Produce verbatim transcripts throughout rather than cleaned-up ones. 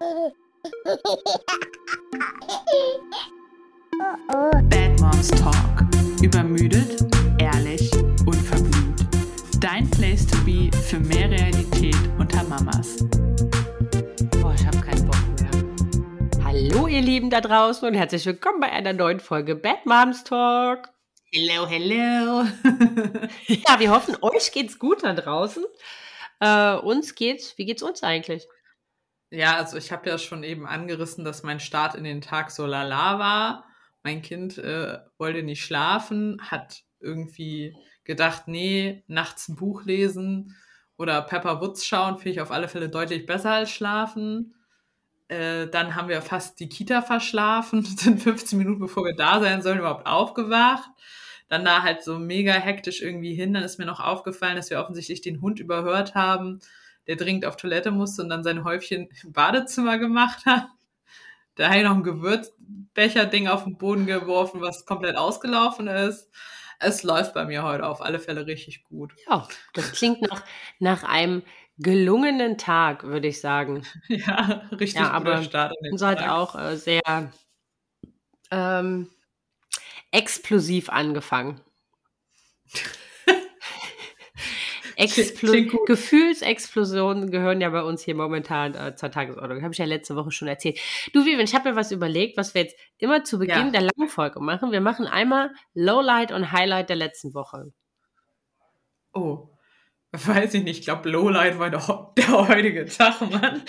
Bad Moms Talk. Übermüdet, ehrlich, unverblümt. Dein Place to be für mehr Realität unter Mamas. Boah, ich habe keinen Bock mehr. Hallo ihr Lieben da draußen und herzlich willkommen bei einer neuen Folge Bad Moms Talk. Hello, hello. Ja, wir hoffen, euch geht's gut da draußen. Äh, uns geht's, wie geht's uns eigentlich? Ja, also ich habe ja schon eben angerissen, dass mein Start in den Tag so lala war. Mein Kind äh, wollte nicht schlafen, hat irgendwie gedacht, nee, nachts ein Buch lesen oder Pepper Woods schauen, finde ich auf alle Fälle deutlich besser als schlafen. Äh, dann haben wir fast die Kita verschlafen, sind fünfzehn Minuten, bevor wir da sein sollen, überhaupt aufgewacht. Dann da halt so mega hektisch irgendwie hin. Dann ist mir noch aufgefallen, dass wir offensichtlich den Hund überhört haben, der dringend auf Toilette musste und dann sein Häufchen im Badezimmer gemacht hat. Da habe ich noch ein Gewürzbecher-Ding auf den Boden geworfen, was komplett ausgelaufen ist. Es läuft bei mir heute auf alle Fälle richtig gut. Ja, das klingt nach, nach einem gelungenen Tag, würde ich sagen. Ja, richtig Ja, guter aber Start in den unser hat Tag. auch äh, sehr ähm, explosiv angefangen. Explo- Klingt gut. Gefühlsexplosionen gehören ja bei uns hier momentan äh, zur Tagesordnung. Habe ich ja letzte Woche schon erzählt. Du, Vivian, ich habe mir was überlegt, was wir jetzt immer zu Beginn Ja. der langen Folge machen. Wir machen einmal Lowlight und Highlight der letzten Woche. Oh, weiß ich nicht. Ich glaube, Lowlight war der, der heutige Tag, Mann.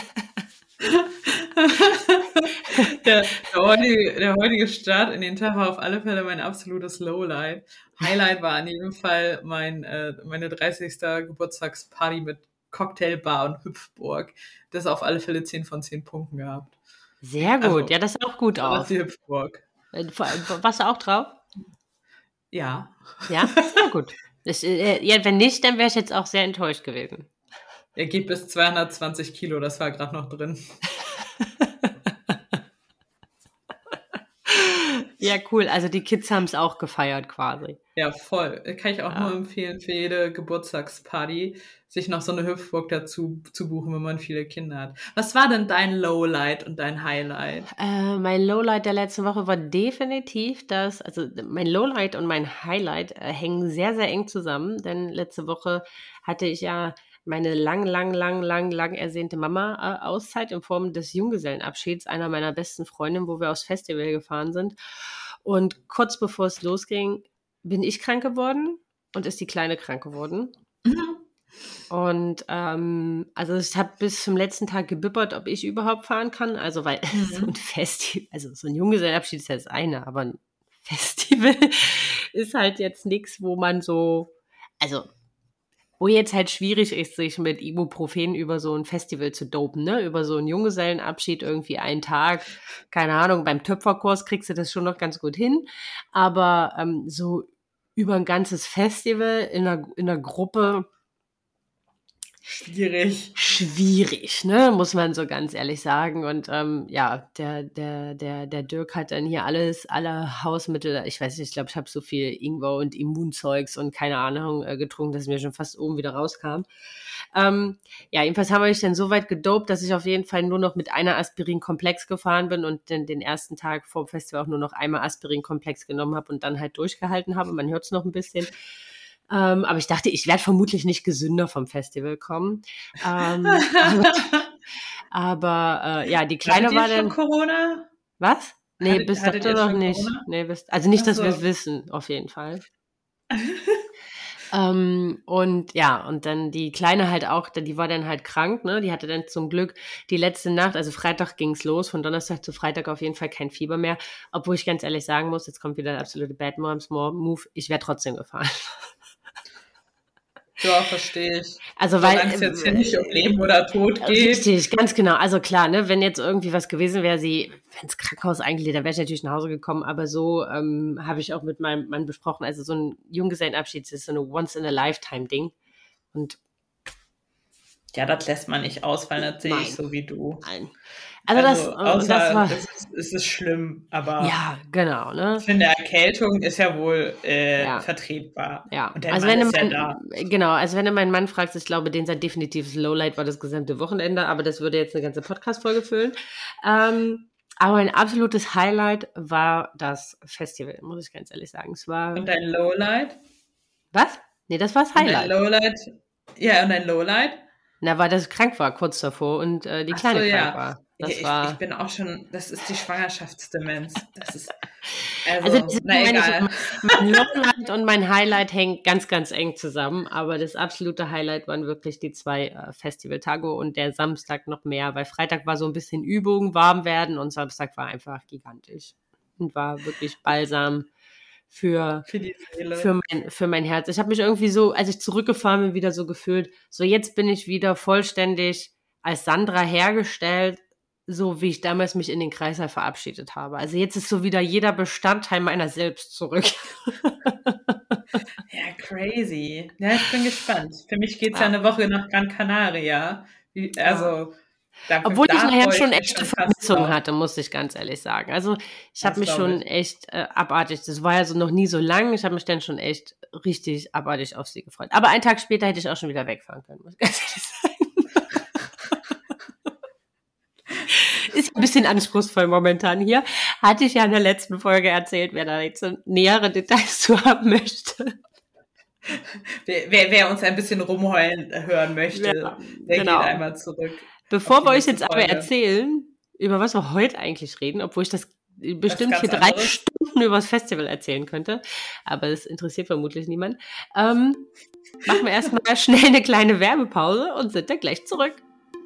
der, der, heutige, der heutige Start in den Tag war auf alle Fälle mein absolutes Lowlight. Highlight war an jedem Fall mein, äh, meine dreißigste Geburtstagsparty mit Cocktailbar und Hüpfburg. Das auf alle Fälle zehn von zehn Punkten gehabt. Sehr gut. Also, Ja, das sah auch gut Das aus. ist die Hüpfburg. Äh, vor allem, Warst du auch drauf? Ja. Ja, sehr gut. Das, äh, ja, wenn nicht, dann wäre ich jetzt auch sehr enttäuscht gewesen. Er geht bis zweihundertzwanzig Kilo, das war gerade noch drin. Ja, cool. Also die Kids haben es auch gefeiert quasi. Ja, voll. Kann ich auch Ja. nur empfehlen, für jede Geburtstagsparty sich noch so eine Hüpfburg dazu zu buchen, wenn man viele Kinder hat. Was war denn dein Lowlight und dein Highlight? Äh, mein Lowlight der letzten Woche war definitiv das, also mein Lowlight und mein Highlight äh, hängen sehr, sehr eng zusammen, denn letzte Woche hatte ich ja meine lang, lang, lang, lang, lang ersehnte Mama-Auszeit in Form des Junggesellenabschieds einer meiner besten Freundinnen, wo wir aufs Festival gefahren sind. Und kurz bevor es losging, bin ich krank geworden und ist die Kleine krank geworden. Und ähm, also ich habe bis zum letzten Tag gebibbert, ob ich überhaupt fahren kann. Also weil Mhm. so ein Festival, also so ein Junggesellenabschied ist ja das eine, aber ein Festival ist halt jetzt nichts, wo man so, also wo jetzt halt schwierig ist, sich mit Ibuprofen über so ein Festival zu dopen, ne? Über so einen Junggesellenabschied irgendwie einen Tag, keine Ahnung, beim Töpferkurs kriegst du das schon noch ganz gut hin, aber ähm, so über ein ganzes Festival in einer, in einer Gruppe Schwierig. schwierig, ne, muss man so ganz ehrlich sagen. Und ähm, ja, der, der, der, der Dirk hat dann hier alles, alle Hausmittel, ich weiß nicht, ich glaube, ich habe so viel Ingwer und Immunzeugs und keine Ahnung äh, getrunken, dass es mir schon fast oben wieder rauskam. Ähm, ja, jedenfalls haben wir mich dann so weit gedopt, dass ich auf jeden Fall nur noch mit einer Aspirin-Komplex gefahren bin und den, den ersten Tag vor dem Festival auch nur noch einmal Aspirin-Komplex genommen habe und dann halt durchgehalten habe. Man hört es noch ein bisschen. Ähm, aber ich dachte, ich werde vermutlich nicht gesünder vom Festival kommen. Ähm, aber aber äh, ja, die Kleine Hattet war ihr schon dann. Corona? Was? Nee, Hattet- bis hattet dato ihr noch schon nicht. Corona? Nee, bis, also nicht, Ach dass so. wir es wissen, auf jeden Fall. ähm, und ja, und dann die Kleine halt auch, die war dann halt krank, ne? Die hatte dann zum Glück die letzte Nacht, also Freitag ging's los, von Donnerstag zu Freitag auf jeden Fall kein Fieber mehr. Obwohl ich ganz ehrlich sagen muss, jetzt kommt wieder der absolute Bad Moms Move, ich wäre trotzdem gefahren. Ja, verstehe ich. Also weil Solange es jetzt hier nicht um Leben oder Tod geht. Richtig, ganz genau. Also klar, ne, wenn jetzt irgendwie was gewesen wäre, sie, wenn ins Krankenhaus eingelegt, dann wäre ich natürlich nach Hause gekommen. Aber so ähm, habe ich auch mit meinem Mann besprochen. Also so ein Junggesellenabschied ist so eine Once-in-a-Lifetime-Ding. Und Ja, das lässt man nicht ausfallen, das sehe ich so wie du. Nein. Also, Also, das, außer das war. es ist, es ist schlimm, aber Ja, genau, ne? ich finde, Erkältung ist ja wohl äh, Ja. vertretbar. Ja, Und der also Mann wenn du ist ja mein, da. genau, also wenn du meinen Mann fragst, ich glaube, den sein definitives Lowlight war das gesamte Wochenende, aber das würde jetzt eine ganze Podcast-Folge füllen. Ähm, aber ein absolutes Highlight war das Festival, muss ich ganz ehrlich sagen. Es war. Und dein Lowlight? Was? Nee, das war das Und dein Highlight. Lowlight? Ja, und dein Lowlight? Na, weil das krank war kurz davor und äh, die Ach Kleine so, krank ja. war. Das Ja, ich, war. ich bin auch schon, das ist die Schwangerschaftsdemenz. Das ist, also, Also deswegen na meine ich, egal. mein Lowlight und mein Highlight hängen ganz, ganz eng zusammen. Aber das absolute Highlight waren wirklich die zwei äh, Festivaltage und der Samstag noch mehr, weil Freitag war so ein bisschen Übung, warm werden und Samstag war einfach gigantisch und war wirklich Balsam für, Für die Seele. für, mein, für mein Herz. Ich habe mich irgendwie so, als ich zurückgefahren bin, wieder so gefühlt, so jetzt bin ich wieder vollständig als Sandra hergestellt, so wie ich damals mich in den Kreislauf verabschiedet habe. Also jetzt ist so wieder jeder Bestandteil meiner selbst zurück. Ja, crazy. Ja, ich bin gespannt. Für mich geht es Ja. ja eine Woche nach Gran Canaria. Wie- Also, da, Obwohl da ich nachher freue schon mich echte fast Vermissung drauf. hatte, muss ich ganz ehrlich sagen. Also ich Das habe mich glaub schon ich. echt äh, abartig, das war ja so noch nie so lang, ich habe mich dann schon echt richtig abartig auf sie gefreut. Aber einen Tag später hätte ich auch schon wieder wegfahren können, muss ich ganz ehrlich sagen. Ist ein bisschen anspruchsvoll momentan hier. Hatte ich ja in der letzten Folge erzählt, wer da jetzt so nähere Details zu haben möchte. Wer, wer, wer uns ein bisschen rumheulen hören möchte, Ja, der genau. geht einmal zurück. Bevor auf die wir euch letzte jetzt aber Folge. erzählen, über was wir heute eigentlich reden, obwohl ich das bestimmt ganz hier drei anderes. Stunden über das Festival erzählen könnte, aber das interessiert vermutlich niemand, ähm, machen wir erstmal schnell eine kleine Werbepause und sind dann gleich zurück.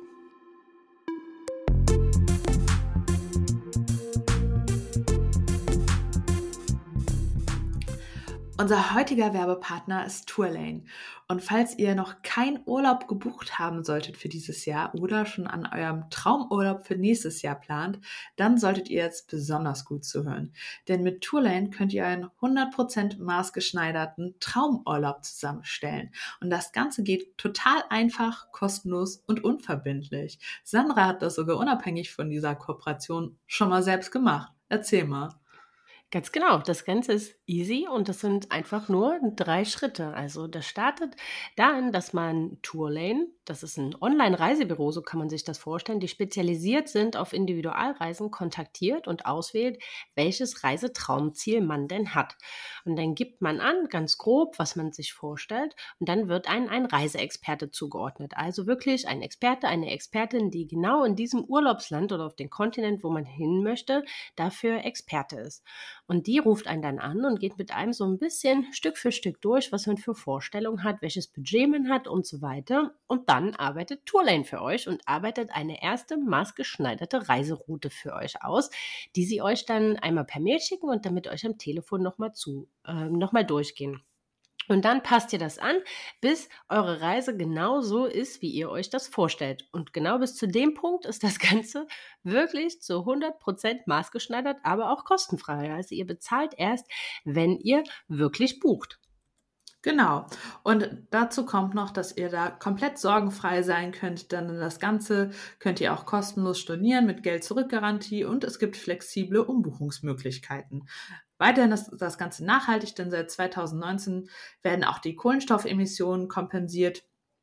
Unser heutiger Werbepartner ist Tourlane. Und falls ihr noch keinen Urlaub gebucht haben solltet für dieses Jahr oder schon an eurem Traumurlaub für nächstes Jahr plant, dann solltet ihr jetzt besonders gut zuhören. Denn mit Tourlane könnt ihr einen hundert Prozent maßgeschneiderten Traumurlaub zusammenstellen. Und das Ganze geht total einfach, kostenlos und unverbindlich. Sandra hat das sogar unabhängig von dieser Kooperation schon mal selbst gemacht. Erzähl mal. Ganz genau, das Ganze ist easy und das sind einfach nur drei Schritte. Also das startet darin, dass man Tourlane, das ist ein Online-Reisebüro, so kann man sich das vorstellen, die spezialisiert sind auf Individualreisen, kontaktiert und auswählt, welches Reisetraumziel man denn hat. Und dann gibt man an, ganz grob, was man sich vorstellt und dann wird einem ein Reiseexperte zugeordnet. Also wirklich ein Experte, eine Expertin, die genau in diesem Urlaubsland oder auf dem Kontinent, wo man hin möchte, dafür Experte ist. Und die ruft einen dann an und geht mit einem so ein bisschen Stück für Stück durch, was man für Vorstellungen hat, welches Budget man hat und so weiter. Und dann arbeitet Tourlane für euch und arbeitet eine erste maßgeschneiderte Reiseroute für euch aus, die sie euch dann einmal per Mail schicken und dann mit euch am Telefon nochmal zu, äh, nochmal durchgehen. Und dann passt ihr das an, bis eure Reise genau so ist, wie ihr euch das vorstellt. Und genau bis zu dem Punkt ist das Ganze wirklich zu hundert Prozent maßgeschneidert, aber auch kostenfrei. Also ihr bezahlt erst, wenn ihr wirklich bucht. Genau. Und dazu kommt noch, dass ihr da komplett sorgenfrei sein könnt, denn das Ganze könnt ihr auch kostenlos stornieren mit Geld-Zurück-Garantie und es gibt flexible Umbuchungsmöglichkeiten. Weiterhin ist das Ganze nachhaltig, denn seit zweitausendneunzehn werden auch die Kohlenstoffemissionen kompensiert.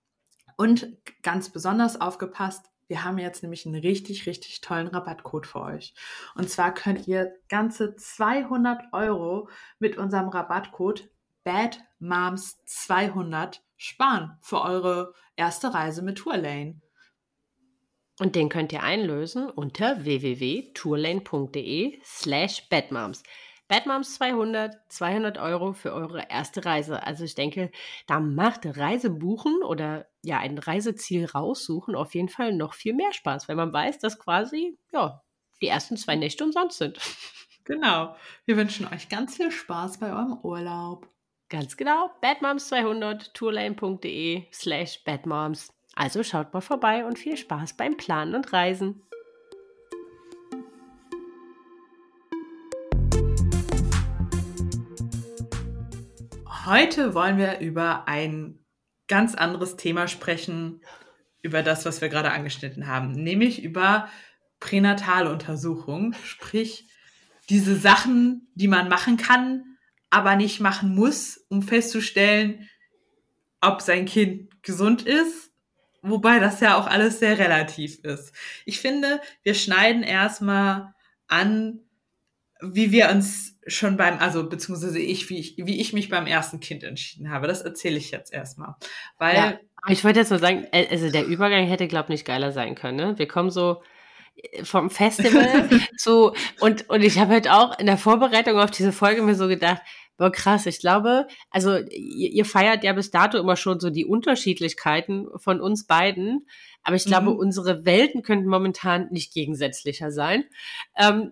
Und ganz besonders aufgepasst, wir haben jetzt nämlich einen richtig, richtig tollen Rabattcode für euch. Und zwar könnt ihr ganze zweihundert Euro mit unserem Rabattcode Bad Moms zweihundert sparen für eure erste Reise mit Tourlane. Und den könnt ihr einlösen unter w w w punkt tourlane punkt d e slash badmoms. Badmoms zweihundert, zweihundert Euro für eure erste Reise. Also ich denke, da macht Reise buchen oder ja ein Reiseziel raussuchen auf jeden Fall noch viel mehr Spaß, wenn man weiß, dass quasi ja die ersten zwei Nächte umsonst sind. Genau. Wir wünschen euch ganz viel Spaß bei eurem Urlaub. Ganz genau. Badmoms zweihundert, tourlane punkt d e slash badmoms. Also schaut mal vorbei und viel Spaß beim Planen und Reisen. Heute wollen wir über ein ganz anderes Thema sprechen. über das, was wir gerade angeschnitten haben, nämlich über Pränataluntersuchung, sprich diese Sachen, die man machen kann, aber nicht machen muss, um festzustellen, ob sein Kind gesund ist, wobei das ja auch alles sehr relativ ist. Ich finde, wir schneiden erstmal an, wie wir uns schon beim, also beziehungsweise ich, wie ich, wie ich mich beim ersten Kind entschieden habe. Das erzähle ich jetzt erstmal. Weil Ja, ich wollte jetzt nur sagen, also der Übergang hätte, glaube ich, nicht geiler sein können. Ne? Wir kommen so vom Festival zu, und, und ich habe halt auch in der Vorbereitung auf diese Folge mir so gedacht, boah, krass, ich glaube, also ihr, ihr feiert ja bis dato immer schon so die Unterschiedlichkeiten von uns beiden, aber ich glaube, Mhm. unsere Welten könnten momentan nicht gegensätzlicher sein. Ähm,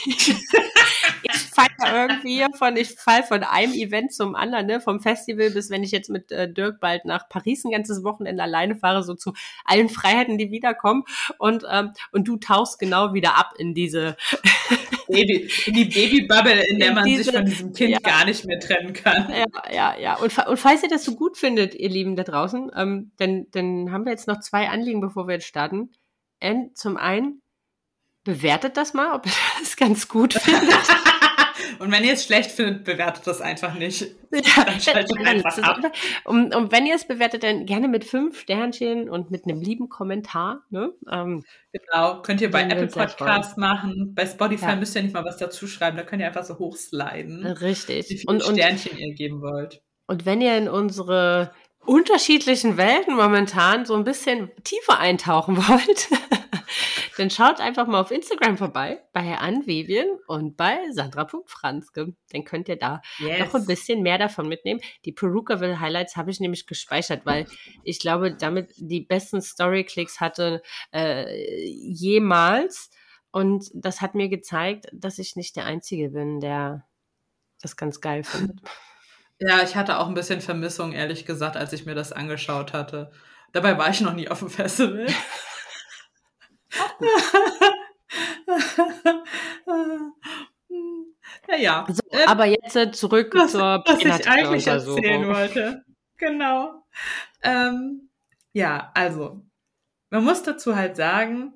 ich feiere irgendwie von, ich fall von einem Event zum anderen, ne, vom Festival bis, wenn ich jetzt mit äh, Dirk bald nach Paris ein ganzes Wochenende alleine fahre, so zu allen Freiheiten, die wiederkommen, und ähm, und du tauchst genau wieder ab in diese Baby, in die Babybubble, in der In man diese- sich von diesem Kind ja. gar nicht mehr trennen kann. Ja, ja, ja. Und, fa- und falls ihr das so gut findet, ihr Lieben da draußen, ähm, dann, dann haben wir jetzt noch zwei Anliegen, bevor wir jetzt starten. Ähm, zum einen, bewertet das mal, ob ihr das ganz gut findet. Und wenn ihr es schlecht findet, bewertet das einfach nicht. Ja, Dann schaltet dann einfach lasst es ab. einfach. Und, und wenn ihr es bewertet, dann gerne mit fünf Sternchen und mit einem lieben Kommentar. Ne? Ähm, Genau, könnt ihr bei Würden wir Apple uns sehr Podcast machen. Bei Spotify Ja. müsst ihr nicht mal was dazu schreiben, da könnt ihr einfach so hochsliden, wie richtig. viele Und, und, Sternchen ihr geben wollt. und wenn ihr in unsere unterschiedlichen Welten momentan so ein bisschen tiefer eintauchen wollt, dann schaut einfach mal auf Instagram vorbei, bei Ann Vivien und bei Sandra.Franzke. Dann könnt ihr da noch ein bisschen mehr davon mitnehmen. Die Perukaville Highlights habe ich nämlich gespeichert, weil ich glaube, damit die besten Story-Klicks hatte äh, jemals. Und das hat mir gezeigt, dass ich nicht der Einzige bin, der das ganz geil findet. Ja, ich hatte auch ein bisschen Vermissung, ehrlich gesagt, als ich mir das angeschaut hatte. Dabei war ich noch nie auf dem Festival. Naja. So, ähm, aber jetzt äh, zurück was, zur was ich eigentlich Pränataluntersuchung. erzählen wollte. Genau. Ähm, ja, also, man muss dazu halt sagen,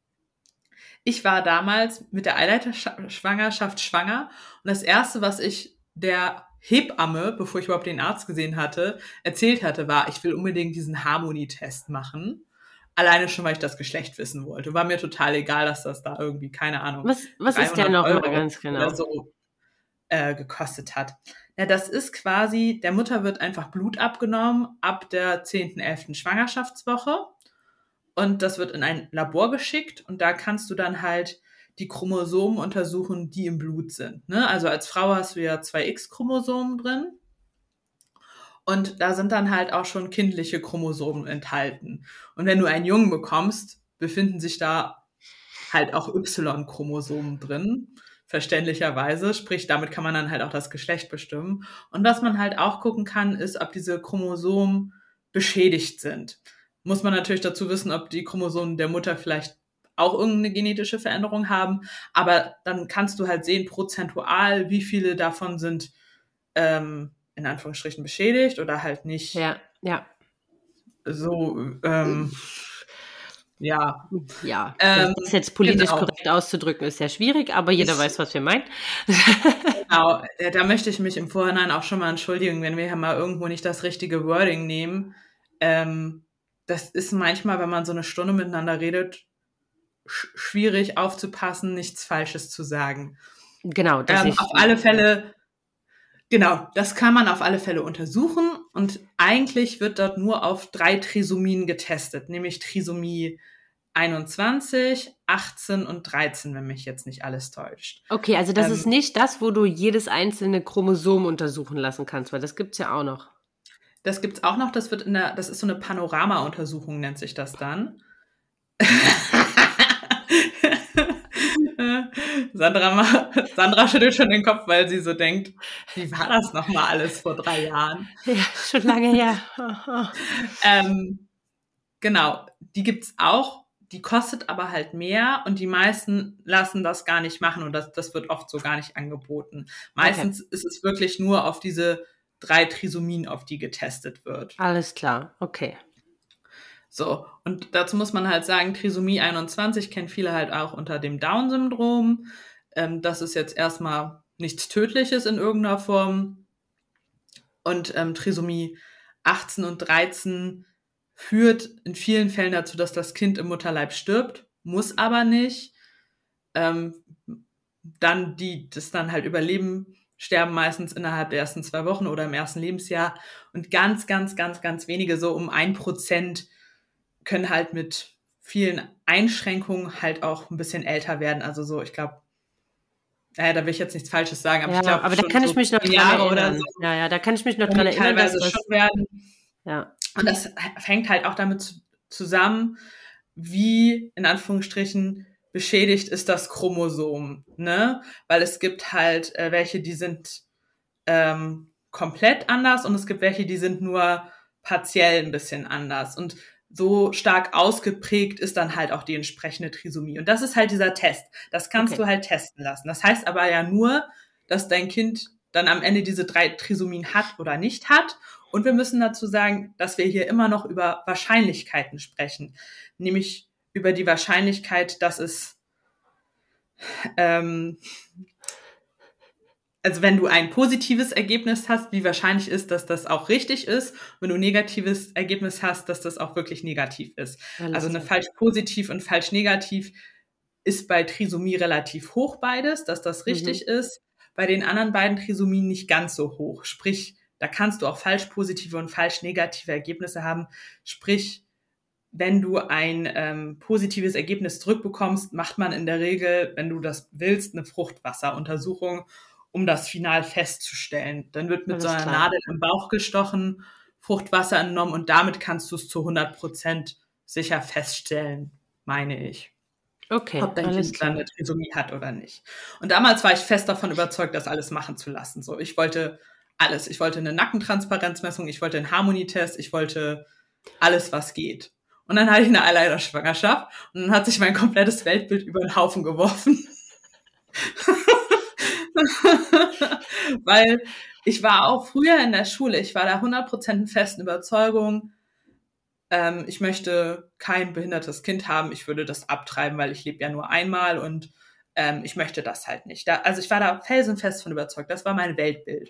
ich war damals mit der Eileiterschwangerschaft schwanger und das Erste, was ich der Hebamme, bevor ich überhaupt den Arzt gesehen hatte, erzählt hatte, war, ich will unbedingt diesen Harmonietest machen. Alleine schon, weil ich das Geschlecht wissen wollte. War mir total egal, dass das da irgendwie, keine Ahnung, Was, was ist der dreihundert nochmal Euro ganz genau? oder so äh, gekostet hat. Ja, das ist quasi, der Mutter wird einfach Blut abgenommen ab der zehnten, elften Schwangerschaftswoche und das wird in ein Labor geschickt und da kannst du dann halt die Chromosomen untersuchen, die im Blut sind. Ne? Also als Frau hast du ja zwei X-Chromosomen drin und da sind dann halt auch schon kindliche Chromosomen enthalten. Und wenn du einen Jungen bekommst, befinden sich da halt auch Y-Chromosomen drin, verständlicherweise. Sprich, damit kann man dann halt auch das Geschlecht bestimmen. Und was man halt auch gucken kann, ist, ob diese Chromosomen beschädigt sind. Muss man natürlich dazu wissen, ob die Chromosomen der Mutter vielleicht auch irgendeine genetische Veränderung haben. Aber dann kannst du halt sehen, prozentual, wie viele davon sind ähm, in Anführungsstrichen beschädigt oder halt nicht Ja, ja. so, ähm, ja. Ja, Ähm, das jetzt politisch genau. korrekt auszudrücken, ist sehr schwierig, aber jeder Ich- weiß, was wir meinen. Genau, äh, da möchte ich mich im Vorhinein auch schon mal entschuldigen, wenn wir hier mal irgendwo nicht das richtige Wording nehmen. Ähm, das ist manchmal, wenn man so eine Stunde miteinander redet, sch- schwierig aufzupassen, nichts Falsches zu sagen. Genau, dass Ähm, ich, auf alle Fälle, genau, das kann man auf alle Fälle untersuchen und eigentlich wird dort nur auf drei Trisomien getestet, nämlich Trisomie einundzwanzig, achtzehn und dreizehn, wenn mich jetzt nicht alles täuscht. okay, also das ähm, ist nicht das, wo du jedes einzelne Chromosom untersuchen lassen kannst, weil das gibt's ja auch noch. Das gibt's auch noch, das wird in der, das ist so eine Panorama-Untersuchung, nennt sich das dann. Sandra, ma- Sandra schüttelt schon den Kopf, weil sie so denkt, wie war das nochmal alles vor drei Jahren? Ja, schon lange her. Ähm, genau, die gibt's auch, die kostet aber halt mehr und die meisten lassen das gar nicht machen und das, das wird oft so gar nicht angeboten. Meistens ist es wirklich nur auf diese drei Trisomien, auf die getestet wird. Alles klar, okay. So, und dazu muss man halt sagen, Trisomie einundzwanzig kennen viele halt auch unter dem Down-Syndrom. Ähm, das ist jetzt erstmal nichts Tödliches in irgendeiner Form. Und ähm, Trisomie achtzehn und dreizehn führt in vielen Fällen dazu, dass das Kind im Mutterleib stirbt, muss aber nicht. Ähm, dann die, das dann halt überleben, sterben meistens innerhalb der ersten zwei Wochen oder im ersten Lebensjahr. Und ganz, ganz, ganz, ganz wenige, so um ein Prozent, können halt mit vielen Einschränkungen halt auch ein bisschen älter werden. Also so, ich glaube, naja, da will ich jetzt nichts Falsches sagen, aber Ja, ich glaube aber da schon kann so ich mich noch dran Jahre oder erinnern. so Ja, ja, da kann ich mich noch können dran die erinnern, dass teilweise das, schon werden. ja, Und das hängt halt auch damit zu- zusammen, wie, in Anführungsstrichen, beschädigt ist das Chromosom, ne? Weil es gibt halt äh, welche, die sind ähm, komplett anders und es gibt welche, die sind nur partiell ein bisschen anders. Und so stark ausgeprägt ist dann halt auch die entsprechende Trisomie. Und das ist halt dieser Test. Das kannst Okay. du halt testen lassen. Das heißt aber ja nur, dass dein Kind dann am Ende diese drei Trisomien hat oder nicht hat. Und wir müssen dazu sagen, dass wir hier immer noch über Wahrscheinlichkeiten sprechen. Nämlich über die Wahrscheinlichkeit, dass es ähm, also wenn du ein positives Ergebnis hast, wie wahrscheinlich ist, dass das auch richtig ist, wenn du ein negatives Ergebnis hast, dass das auch wirklich negativ ist. Alles Also eine klar. falsch-positiv und falsch-negativ ist bei Trisomie relativ hoch beides, dass das richtig Mhm. ist. Bei den anderen beiden Trisomien nicht ganz so hoch. Sprich, da kannst du auch falsch-positive und falsch-negative Ergebnisse haben. Sprich, wenn du ein ähm, positives Ergebnis zurückbekommst, macht man in der Regel, wenn du das willst, eine Fruchtwasseruntersuchung, um das final festzustellen. Dann wird mit Alles so einer klar. Nadel im Bauch gestochen, Fruchtwasser entnommen und damit kannst du es zu hundert Prozent sicher feststellen, meine ich, Okay, ob dein alles Kind klar. dann eine Trisomie hat oder nicht. Und damals war ich fest davon überzeugt, das alles machen zu lassen. So, ich wollte alles. Ich wollte eine Nackentransparenzmessung, ich wollte einen Harmonietest, ich wollte alles, was geht. Und dann hatte ich eine Eileiterschwangerschaft und dann hat sich mein komplettes Weltbild über den Haufen geworfen. Weil ich war auch früher in der Schule, ich war da hundert Prozent festen Überzeugung, ähm, ich möchte kein behindertes Kind haben, ich würde das abtreiben, weil ich lebe ja nur einmal und ähm, ich möchte das halt nicht. Da, also ich war da felsenfest von überzeugt, das war mein Weltbild.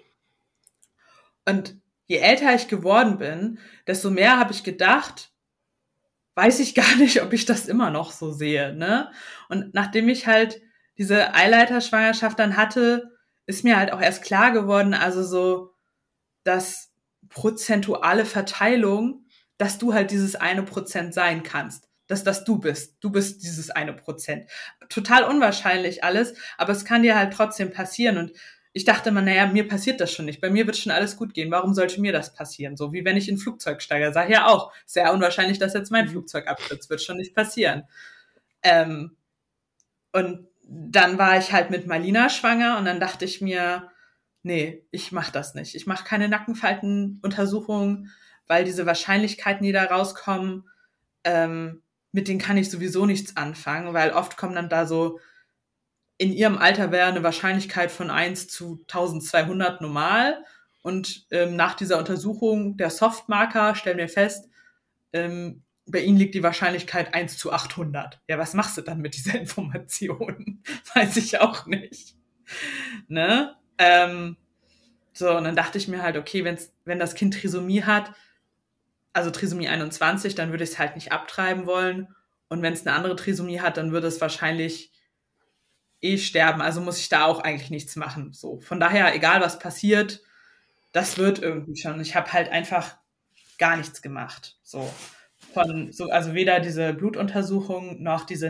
Und je älter ich geworden bin, desto mehr habe ich gedacht, weiß ich gar nicht, ob ich das immer noch so sehe, ne? Und nachdem ich halt diese Eileiterschwangerschaft dann hatte, ist mir halt auch erst klar geworden, also so, dass prozentuale Verteilung, dass du halt dieses eine Prozent sein kannst. Dass das du bist. Du bist dieses eine Prozent. Total unwahrscheinlich alles, aber es kann dir halt trotzdem passieren. Und ich dachte mal, naja, mir passiert das schon nicht. Bei mir wird schon alles gut gehen. Warum sollte mir das passieren? So wie wenn ich in ein Flugzeug steige. Sag ja auch, sehr unwahrscheinlich, dass jetzt mein Flugzeug abstürzt. Wird schon nicht passieren. Ähm, und dann war ich halt mit Malina schwanger und dann dachte ich mir, nee, ich mach das nicht. Ich mache keine Nackenfaltenuntersuchung, weil diese Wahrscheinlichkeiten, die da rauskommen, ähm, mit denen kann ich sowieso nichts anfangen, weil oft kommen dann da so, in ihrem Alter wäre eine Wahrscheinlichkeit von eins zu zwölfhundert normal. Und ähm, nach dieser Untersuchung der Softmarker stellen wir fest, ähm, bei ihnen liegt die Wahrscheinlichkeit eins zu achthundert. Ja, was machst du dann mit dieser Information? Weiß ich auch nicht. Ne? Ähm, so, und dann dachte ich mir halt, okay, wenn's, wenn das Kind Trisomie hat, also Trisomie einundzwanzig, dann würde ich es halt nicht abtreiben wollen. Und wenn es eine andere Trisomie hat, dann würde es wahrscheinlich eh sterben. Also muss ich da auch eigentlich nichts machen. So, von daher, egal was passiert, das wird irgendwie schon. Ich habe halt einfach gar nichts gemacht. So, von, so, also weder diese Blutuntersuchung noch diese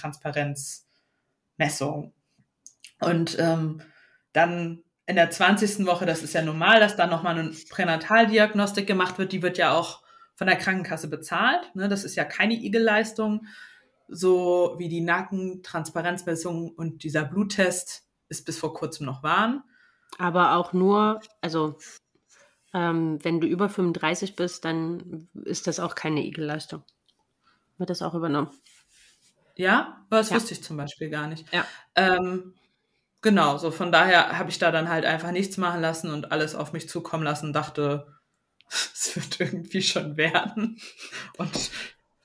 Nackentransparenzmessung. Und ähm, dann in der zwanzigsten Woche, das ist ja normal, dass dann nochmal eine Pränataldiagnostik gemacht wird, die wird ja auch von der Krankenkasse bezahlt. Ne? Das ist ja keine I G E-Leistung, so wie die Nackentransparenzmessung und dieser Bluttest es bis vor kurzem noch waren. Aber auch nur, also ähm, wenn du über fünfunddreißig bist, dann ist das auch keine I G E-Leistung. Wird das auch übernommen? Ja, aber das Ja. wusste ich zum Beispiel gar nicht. Ja. Ähm, genau, so von daher habe ich da dann halt einfach nichts machen lassen und alles auf mich zukommen lassen und dachte, es wird irgendwie schon werden. Und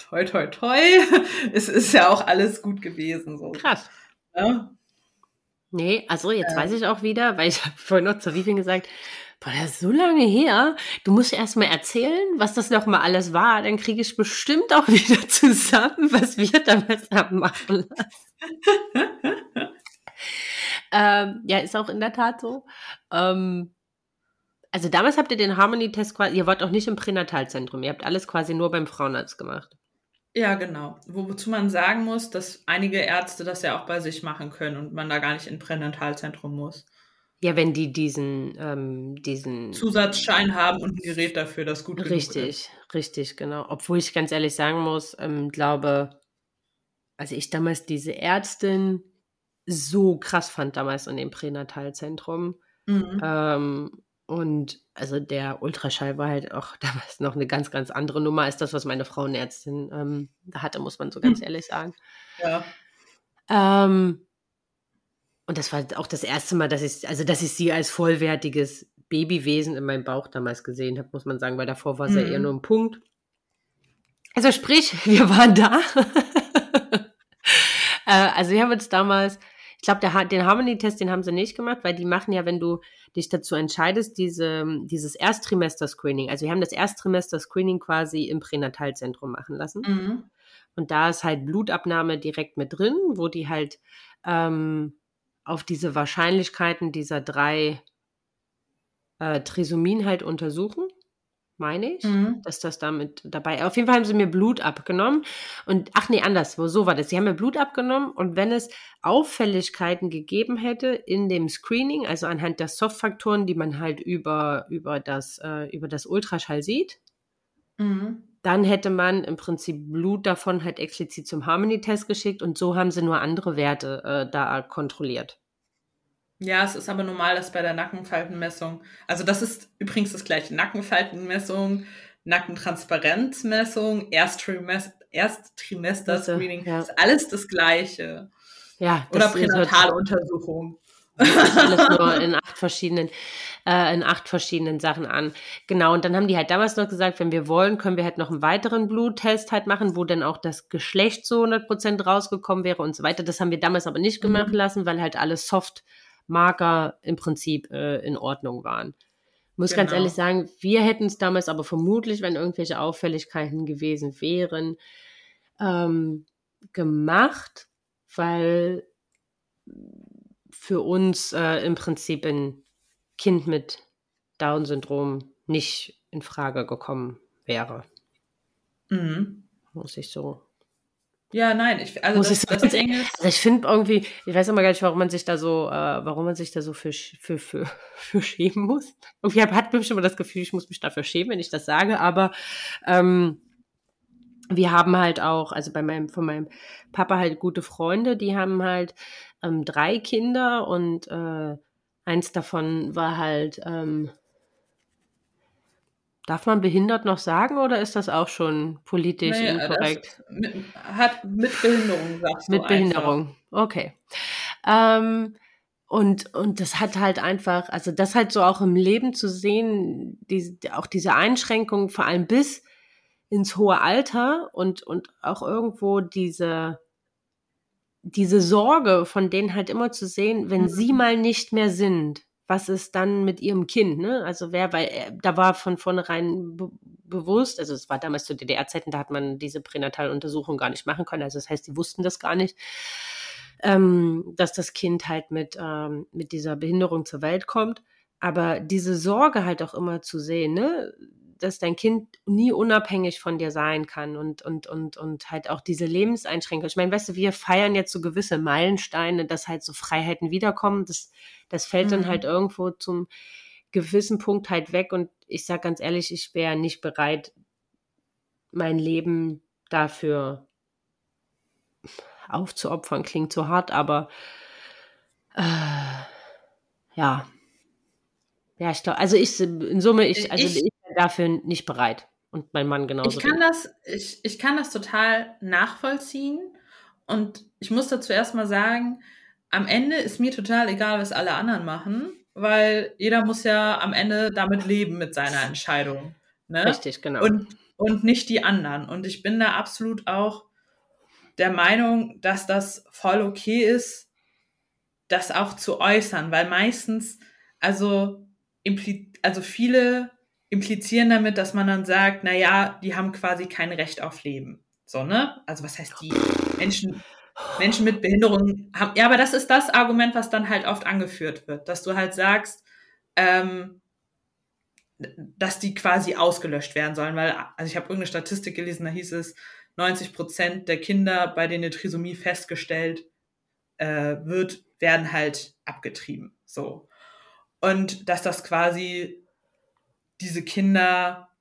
toi, toi, toi, es ist ja auch alles gut gewesen. So. Krass. Ja? Nee, also jetzt Ähm. weiß ich auch wieder, weil ich habe vorhin noch zu Vivien gesagt, boah, das ist so lange her, du musst erst mal erzählen, was das noch mal alles war, dann kriege ich bestimmt auch wieder zusammen, was wir damals haben machen lassen. ähm, ja, ist auch in der Tat so. Ähm, also damals habt ihr den Harmony-Test quasi, ihr wart auch nicht im Pränatalzentrum, ihr habt alles quasi nur beim Frauenarzt gemacht. Ja, genau. Wozu man sagen muss, dass einige Ärzte das ja auch bei sich machen können und man da gar nicht in Pränatalzentrum muss. Ja, wenn die diesen, ähm, diesen Zusatzschein haben und ein Gerät dafür, das gut genug ist. Richtig, richtig, genau. Obwohl ich ganz ehrlich sagen muss, ähm, glaube, also ich damals diese Ärztin so krass fand damals in dem Pränatalzentrum. Mhm. Ähm, und also der Ultraschall war halt auch damals noch eine ganz, ganz andere Nummer als das, was meine Frauenärztin ähm, hatte, muss man so ganz Hm. ehrlich sagen. Ja. Ähm, und das war auch das erste Mal, dass ich, also dass ich sie als vollwertiges Babywesen in meinem Bauch damals gesehen habe, muss man sagen, weil davor war sie ja eher Mhm. nur ein Punkt. Also sprich, wir waren da. äh, also wir haben uns damals, ich glaube, den Harmony-Test, den haben sie nicht gemacht, weil die machen ja, wenn du dich dazu entscheidest, diese, dieses Ersttrimester-Screening, also wir haben das Ersttrimester-Screening quasi im Pränatalzentrum machen lassen. Mhm. Und da ist halt Blutabnahme direkt mit drin, wo die halt ähm, auf diese Wahrscheinlichkeiten dieser drei äh, Trisomien halt untersuchen, meine ich, Mhm. dass das damit dabei, auf jeden Fall haben sie mir Blut abgenommen und, ach nee, anders, so war das, sie haben mir Blut abgenommen und wenn es Auffälligkeiten gegeben hätte in dem Screening, also anhand der Softfaktoren, die man halt über, über, das, äh, über das Ultraschall sieht, Mhm. dann hätte man im Prinzip Blut davon halt explizit zum Harmony-Test geschickt und so haben sie nur andere Werte äh, da kontrolliert. Ja, es ist aber normal, dass bei der Nackenfaltenmessung, also das ist übrigens das gleiche, Nackenfaltenmessung, Nackentransparenzmessung, Ersttrimester, Ersttrimester-Screening, Ja. ist alles das Gleiche. Ja, Oder das ist Pränataluntersuchung. alles nur in acht verschiedenen, äh, in acht verschiedenen Sachen an. Genau, und dann haben die halt damals noch gesagt, wenn wir wollen, können wir halt noch einen weiteren Bluttest halt machen, wo dann auch das Geschlecht zu hundert Prozent rausgekommen wäre und so weiter. Das haben wir damals aber nicht Mhm. gemacht lassen, weil halt alle Softmarker im Prinzip äh, in Ordnung waren. Muss ganz Genau. ehrlich sagen, wir hätten es damals aber vermutlich, wenn irgendwelche Auffälligkeiten gewesen wären, ähm, gemacht, weil für uns äh, im Prinzip ein Kind mit Down-Syndrom nicht in Frage gekommen wäre. Mhm. Muss ich so. Ja, nein, ich, also Muss das, ich so das Ding ist, also ich finde irgendwie, ich weiß immer gar nicht, warum man sich da so, äh, warum man sich da so für, für, für, für schämen muss. Irgendwie hat man schon mal das Gefühl, ich muss mich dafür schämen, wenn ich das sage, aber ähm, wir haben halt auch, also bei meinem, von meinem Papa halt gute Freunde, die haben halt ähm, drei Kinder und äh, eins davon war halt, ähm, darf man behindert noch sagen oder ist das auch schon politisch naja, inkorrekt? das mit, hat mit Behinderung, sagst Mit du Behinderung, einfach. okay. Ähm, und, und das hat halt einfach, also das halt so auch im Leben zu sehen, die, auch diese Einschränkungen, vor allem bis ins hohe Alter und, und auch irgendwo diese, diese Sorge von denen halt immer zu sehen, wenn Mhm. sie mal nicht mehr sind, was ist dann mit ihrem Kind, ne? Also wer, weil äh, da war von vornherein be bewusst, also es war damals zu D D R-Zeiten, da hat man diese Pränataluntersuchung gar nicht machen können, also das heißt, die wussten das gar nicht, ähm, dass das Kind halt mit, ähm, mit dieser Behinderung zur Welt kommt. Aber diese Sorge halt auch immer zu sehen, ne? Dass dein Kind nie unabhängig von dir sein kann und, und, und, und halt auch diese Lebenseinschränkungen. Ich meine, weißt du, wir feiern jetzt so gewisse Meilensteine, dass halt so Freiheiten wiederkommen. Das, das fällt Mhm. dann halt irgendwo zum gewissen Punkt halt weg. Und ich sag ganz ehrlich, ich wäre nicht bereit, mein Leben dafür aufzuopfern. Klingt so hart, aber äh, ja. Ja, ich glaube, also ich, in Summe, ich, also Ich, ich bin dafür nicht bereit. Und mein Mann genauso. ich kann wenig. das, ich, ich kann das total nachvollziehen. Und ich muss dazu erstmal sagen, am Ende ist mir total egal, was alle anderen machen, weil jeder muss ja am Ende damit leben mit seiner Entscheidung. Ne? Richtig, genau. Und und nicht die anderen. Und ich bin da absolut auch der Meinung, dass das voll okay ist, das auch zu äußern, weil meistens, also, impli- also viele implizieren damit, dass man dann sagt, na ja, die haben quasi kein Recht auf Leben. So, ne? Also was heißt die Menschen, Menschen mit Behinderungen haben, ja, aber das ist das Argument, was dann halt oft angeführt wird, dass du halt sagst, ähm, dass die quasi ausgelöscht werden sollen, weil, also ich habe irgendeine Statistik gelesen, da hieß es, neunzig Prozent der Kinder, bei denen eine Trisomie festgestellt äh, wird, werden halt abgetrieben. So. Und dass das quasi diese Kinder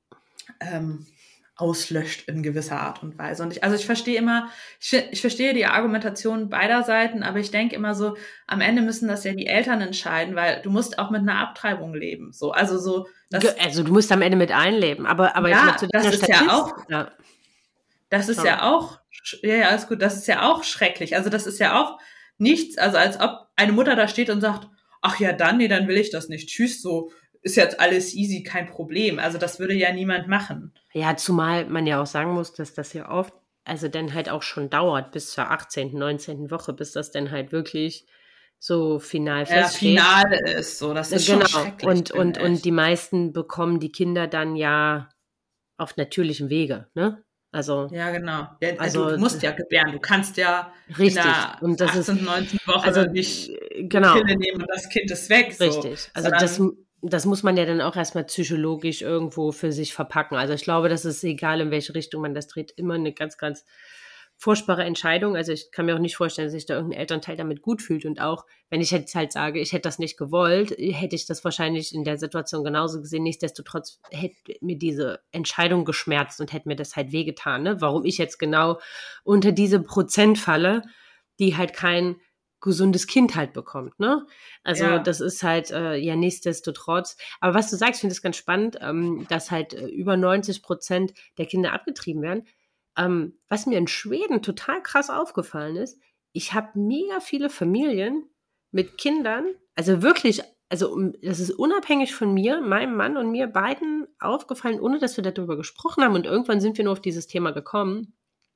ähm, auslöscht in gewisser Art und Weise. Und ich, also ich verstehe immer, ich, ich verstehe die Argumentation beider Seiten, aber ich denke immer so, am Ende müssen das ja die Eltern entscheiden, weil du musst auch mit einer Abtreibung leben. So, also so, das, also du musst am Ende mit einleben, aber, aber ja, jetzt mal zu das deiner ist ja Statistik. auch, Ja. das ist Sorry. ja auch, ja, ja, alles gut, das ist ja auch schrecklich. Also das ist ja auch nichts, also als ob eine Mutter da steht und sagt, ach ja, dann, nee, dann will ich das nicht. Tschüss, so, ist jetzt alles easy, kein Problem. Also das würde ja niemand machen. Ja, zumal man ja auch sagen muss, dass das ja oft, also dann halt auch schon dauert bis zur achtzehnten, neunzehnten Woche, bis das dann halt wirklich so final Ja, feststeht. Finale ist so, das ist Genau. schon schrecklich. Und, und, finde ich. und die meisten bekommen die Kinder dann ja auf natürlichem Wege, ne? Also, Ja, genau. Ja, Also, du, du musst ja gebären. Du kannst ja richtig. in der Und das ist, achtzehnten, neunzehnten Woche also, nicht äh, die genau, Pille nehmen und das Kind ist weg. So. richtig. Also das, Sondern, das muss man ja dann auch erstmal psychologisch irgendwo für sich verpacken. Also ich glaube, das ist egal, in welche Richtung man das dreht, immer eine ganz, ganz furchtbare Entscheidung. Also ich kann mir auch nicht vorstellen, dass sich da irgendein Elternteil damit gut fühlt. Und auch, wenn ich jetzt halt sage, ich hätte das nicht gewollt, hätte ich das wahrscheinlich in der Situation genauso gesehen. Nichtsdestotrotz hätte mir diese Entscheidung geschmerzt und hätte mir das halt wehgetan. Ne? Warum ich jetzt genau unter diese Prozent falle, die halt kein gesundes Kind halt bekommt, ne? Also Ja. das ist halt, äh, ja, nichtsdestotrotz. Aber was du sagst, ich finde es ganz spannend, ähm, dass halt äh, über neunzig Prozent der Kinder abgetrieben werden. Ähm, was mir in Schweden total krass aufgefallen ist, ich habe mega viele Familien mit Kindern, also wirklich, also um- das ist unabhängig von mir, meinem Mann und mir beiden aufgefallen, ohne dass wir darüber gesprochen haben und irgendwann sind wir nur auf dieses Thema gekommen,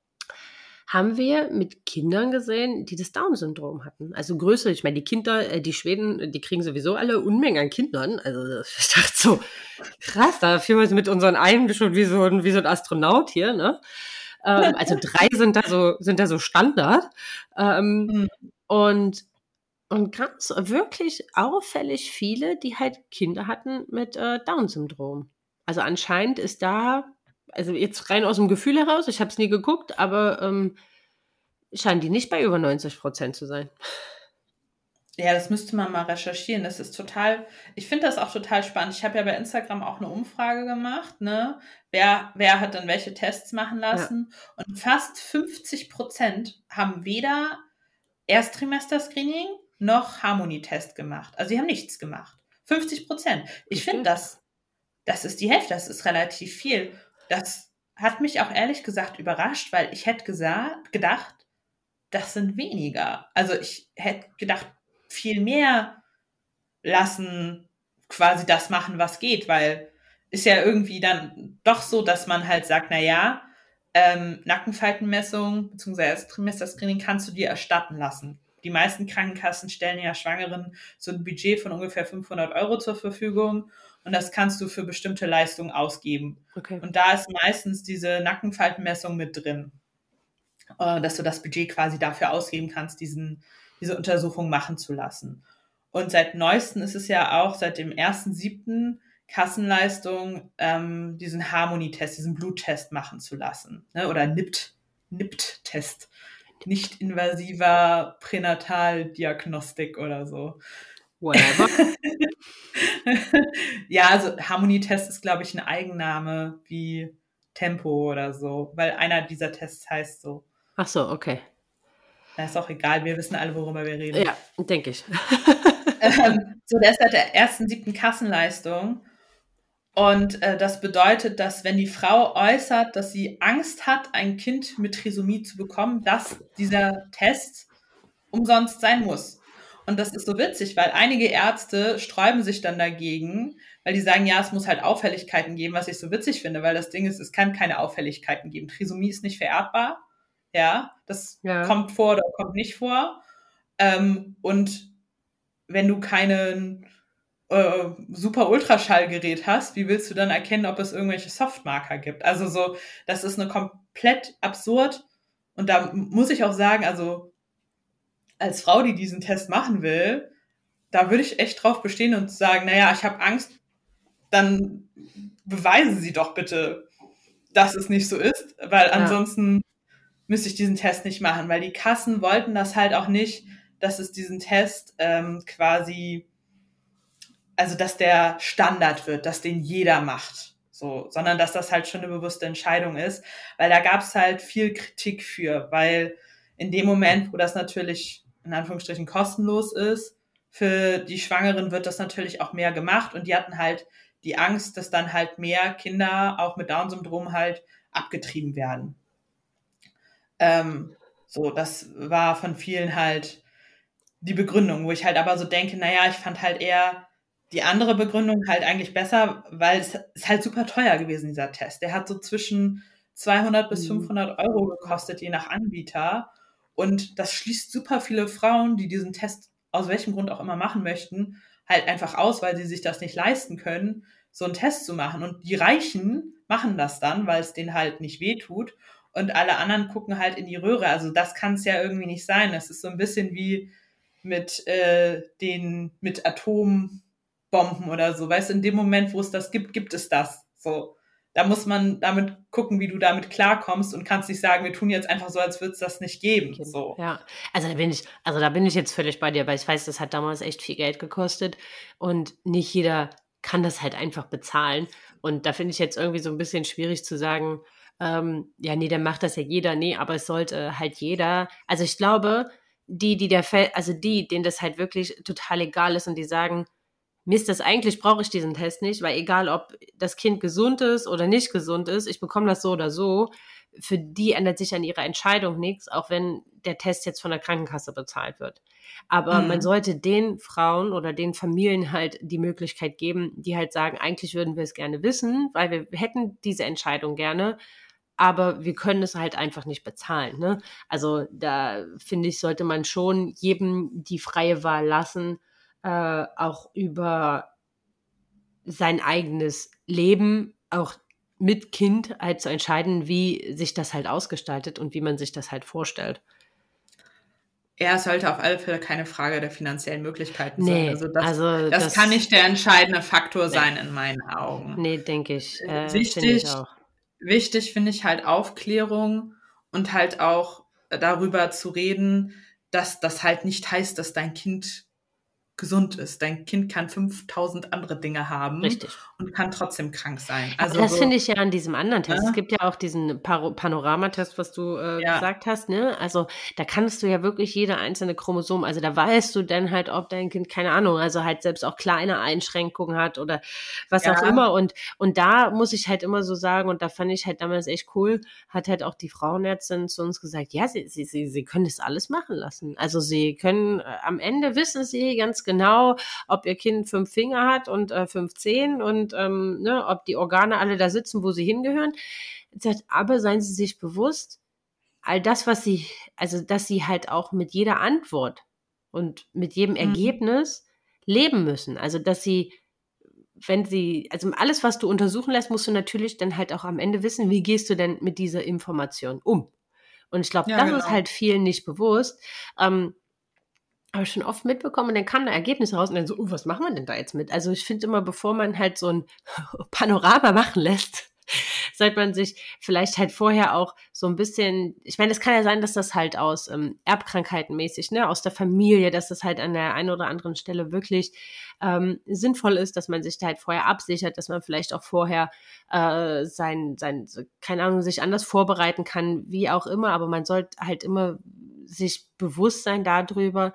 haben wir mit Kindern gesehen, die das Down-Syndrom hatten. Also größere, ich meine, die Kinder, äh, die Schweden, die kriegen sowieso alle Unmengen an Kindern. Also ich dachte so, krass, da fühlen wir uns mit unseren einen schon wie so ein, wie so ein Astronaut hier, ne? Ähm, also drei sind da so, sind da so Standard. Ähm, Mhm. und, und ganz wirklich auffällig viele, die halt Kinder hatten mit äh, Down-Syndrom. Also anscheinend ist da, also jetzt rein aus dem Gefühl heraus, ich habe es nie geguckt, aber ähm, scheinen die nicht bei über neunzig Prozent zu sein. Ja, das müsste man mal recherchieren. Das ist total, ich finde das auch total spannend. Ich habe ja bei Instagram auch eine Umfrage gemacht, ne? Wer, wer hat dann welche Tests machen lassen? Und fast fünfzig Prozent haben weder Ersttrimester-Screening noch Harmony-Test gemacht. Also sie haben nichts gemacht. fünfzig Prozent. Ich Okay. finde das, das ist die Hälfte, das ist relativ viel. Das hat mich auch ehrlich gesagt überrascht, weil ich hätte gesagt, gedacht, das sind weniger. Also ich hätte gedacht, viel mehr lassen quasi das machen, was geht, weil ist ja irgendwie dann doch so, dass man halt sagt, na ja, ähm, Nackenfaltenmessung bzw. Erstrimester-Screening kannst du dir erstatten lassen. Die meisten Krankenkassen stellen ja Schwangeren so ein Budget von ungefähr fünfhundert Euro zur Verfügung und das kannst du für bestimmte Leistungen ausgeben. Okay. Und da ist meistens diese Nackenfaltenmessung mit drin, äh, dass du das Budget quasi dafür ausgeben kannst, diesen, diese Untersuchung machen zu lassen. Und seit neuestem ist es ja auch, seit dem ersten siebten Kassenleistung, ähm, diesen Harmony-Test, diesen Bluttest machen zu lassen. Ne? Oder N I P T, N I P T-Test. Nicht-invasiver Pränataldiagnostik oder so. Whatever. Ja, also Harmony-Test ist, glaube ich, ein Eigenname wie Tempo oder so, weil einer dieser Tests heißt so. Ach so, okay. Na, ist auch egal, wir wissen alle, worüber wir reden. Ja, denke ich. ähm, so, der ist seit der ersten siebten Kassenleistung. Und äh, das bedeutet, dass wenn die Frau äußert, dass sie Angst hat, ein Kind mit Trisomie zu bekommen, dass dieser Test umsonst sein muss. Und das ist so witzig, weil einige Ärzte sträuben sich dann dagegen, weil die sagen, ja, es muss halt Auffälligkeiten geben, was ich so witzig finde, weil das Ding ist, es kann keine Auffälligkeiten geben. Trisomie ist nicht vererbbar, ja, das Ja. kommt vor oder kommt nicht vor. Ähm, und wenn du keinen äh, super Ultraschallgerät hast, wie willst du dann erkennen, ob es irgendwelche Softmarker gibt? Also so, das ist eine komplett absurd. Und da muss ich auch sagen, also als Frau, die diesen Test machen will, da würde ich echt drauf bestehen und sagen, naja, ich habe Angst, dann beweisen Sie doch bitte, dass es nicht so ist, weil ansonsten ja. müsste ich diesen Test nicht machen, weil die Kassen wollten das halt auch nicht, dass es diesen Test ähm, quasi, also dass der Standard wird, dass den jeder macht, so, sondern dass das halt schon eine bewusste Entscheidung ist, weil da gab es halt viel Kritik für, weil in dem Moment, wo das natürlich in Anführungsstrichen kostenlos ist, für die Schwangeren wird das natürlich auch mehr gemacht und die hatten halt die Angst, dass dann halt mehr Kinder auch mit Down-Syndrom halt abgetrieben werden. Ähm, so, das war von vielen halt die Begründung, wo ich halt aber so denke, naja, ich fand halt eher die andere Begründung halt eigentlich besser, weil es ist halt super teuer gewesen, dieser Test. Der hat so zwischen zweihundert bis fünfhundert Euro gekostet, je nach Anbieter. Und das schließt super viele Frauen, die diesen Test aus welchem Grund auch immer machen möchten, halt einfach aus, weil sie sich das nicht leisten können, so einen Test zu machen. Und die Reichen machen das dann, weil es denen halt nicht wehtut. Und alle anderen gucken halt in die Röhre. Also das kann es ja irgendwie nicht sein. Das ist so ein bisschen wie mit äh, den mit Atombomben oder so. Weißt du, in dem Moment, wo es das gibt, gibt es das. So, da muss man damit gucken, wie du damit klarkommst und kannst nicht sagen, wir tun jetzt einfach so, als würde es das nicht geben. Okay. So. Ja, also da bin ich, also da bin ich jetzt völlig bei dir, weil ich weiß, das hat damals echt viel Geld gekostet und nicht jeder kann das halt einfach bezahlen. Und da finde ich jetzt irgendwie so ein bisschen schwierig zu sagen, ähm, ja, nee, dann macht das ja jeder. Nee, aber es sollte halt jeder. Also ich glaube, die, die der Fall, also die, denen das halt wirklich total egal ist und die sagen, mir ist das eigentlich, brauche ich diesen Test nicht, weil egal, ob das Kind gesund ist oder nicht gesund ist, ich bekomme das so oder so, für die ändert sich an ihrer Entscheidung nichts, auch wenn der Test jetzt von der Krankenkasse bezahlt wird. Aber mhm. man sollte den Frauen oder den Familien halt die Möglichkeit geben, die halt sagen, eigentlich würden wir es gerne wissen, weil wir hätten diese Entscheidung gerne, aber wir können es halt einfach nicht bezahlen. Ne? Also da finde ich, sollte man schon jedem die freie Wahl lassen, äh, auch über sein eigenes Leben, auch mit Kind halt zu entscheiden, wie sich das halt ausgestaltet und wie man sich das halt vorstellt. Ja, es sollte auf alle Fälle keine Frage der finanziellen Möglichkeiten nee, sein. Also das, also das, das kann nicht der entscheidende Faktor nee. sein in meinen Augen. Nee, denke ich. Äh, wichtig, ich auch. Wichtig finde ich halt Aufklärung und halt auch darüber zu reden, dass das halt nicht heißt, dass dein Kind gesund ist. Dein Kind kann fünftausend andere Dinge haben Richtig. und kann trotzdem krank sein. Also das so, finde ich ja an diesem anderen Test. Ja. Es gibt ja auch diesen Par- Panoramatest, was du äh, ja. gesagt hast. Ne? Also da kannst du ja wirklich jede einzelne Chromosom, also da weißt du dann halt, ob dein Kind, keine Ahnung, also halt selbst auch kleine Einschränkungen hat oder was ja. auch immer. Und, und da muss ich halt immer so sagen, und da fand ich halt damals echt cool, hat halt auch die Frauenärztin zu uns gesagt, ja, sie, sie, sie, sie können das alles machen lassen. Also sie können, äh, am Ende wissen sie ganz genau, ob ihr Kind fünf Finger hat und äh, fünf Zehen und ähm, ne, ob die Organe alle da sitzen, wo sie hingehören. Aber seien Sie sich bewusst, all das, was Sie, also dass Sie halt auch mit jeder Antwort und mit jedem mhm. Ergebnis leben müssen. Also dass Sie, wenn Sie, also alles, was du untersuchen lässt, musst du natürlich dann halt auch am Ende wissen, wie gehst du denn mit dieser Information um? Und ich glaube, ja, das genau. ist halt vielen nicht bewusst. Ähm, habe ich schon oft mitbekommen und dann kamen da Ergebnisse raus und dann so, oh, was machen wir denn da jetzt mit? Also ich finde immer, bevor man halt so ein Panorama machen lässt, sollte man sich vielleicht halt vorher auch so ein bisschen, ich meine, es kann ja sein, dass das halt aus ähm, Erbkrankheiten mäßig, ne, aus der Familie, dass das halt an der einen oder anderen Stelle wirklich ähm, sinnvoll ist, dass man sich da halt vorher absichert, dass man vielleicht auch vorher äh, sein, sein, keine Ahnung, sich anders vorbereiten kann, wie auch immer, aber man sollte halt immer sich bewusst sein darüber,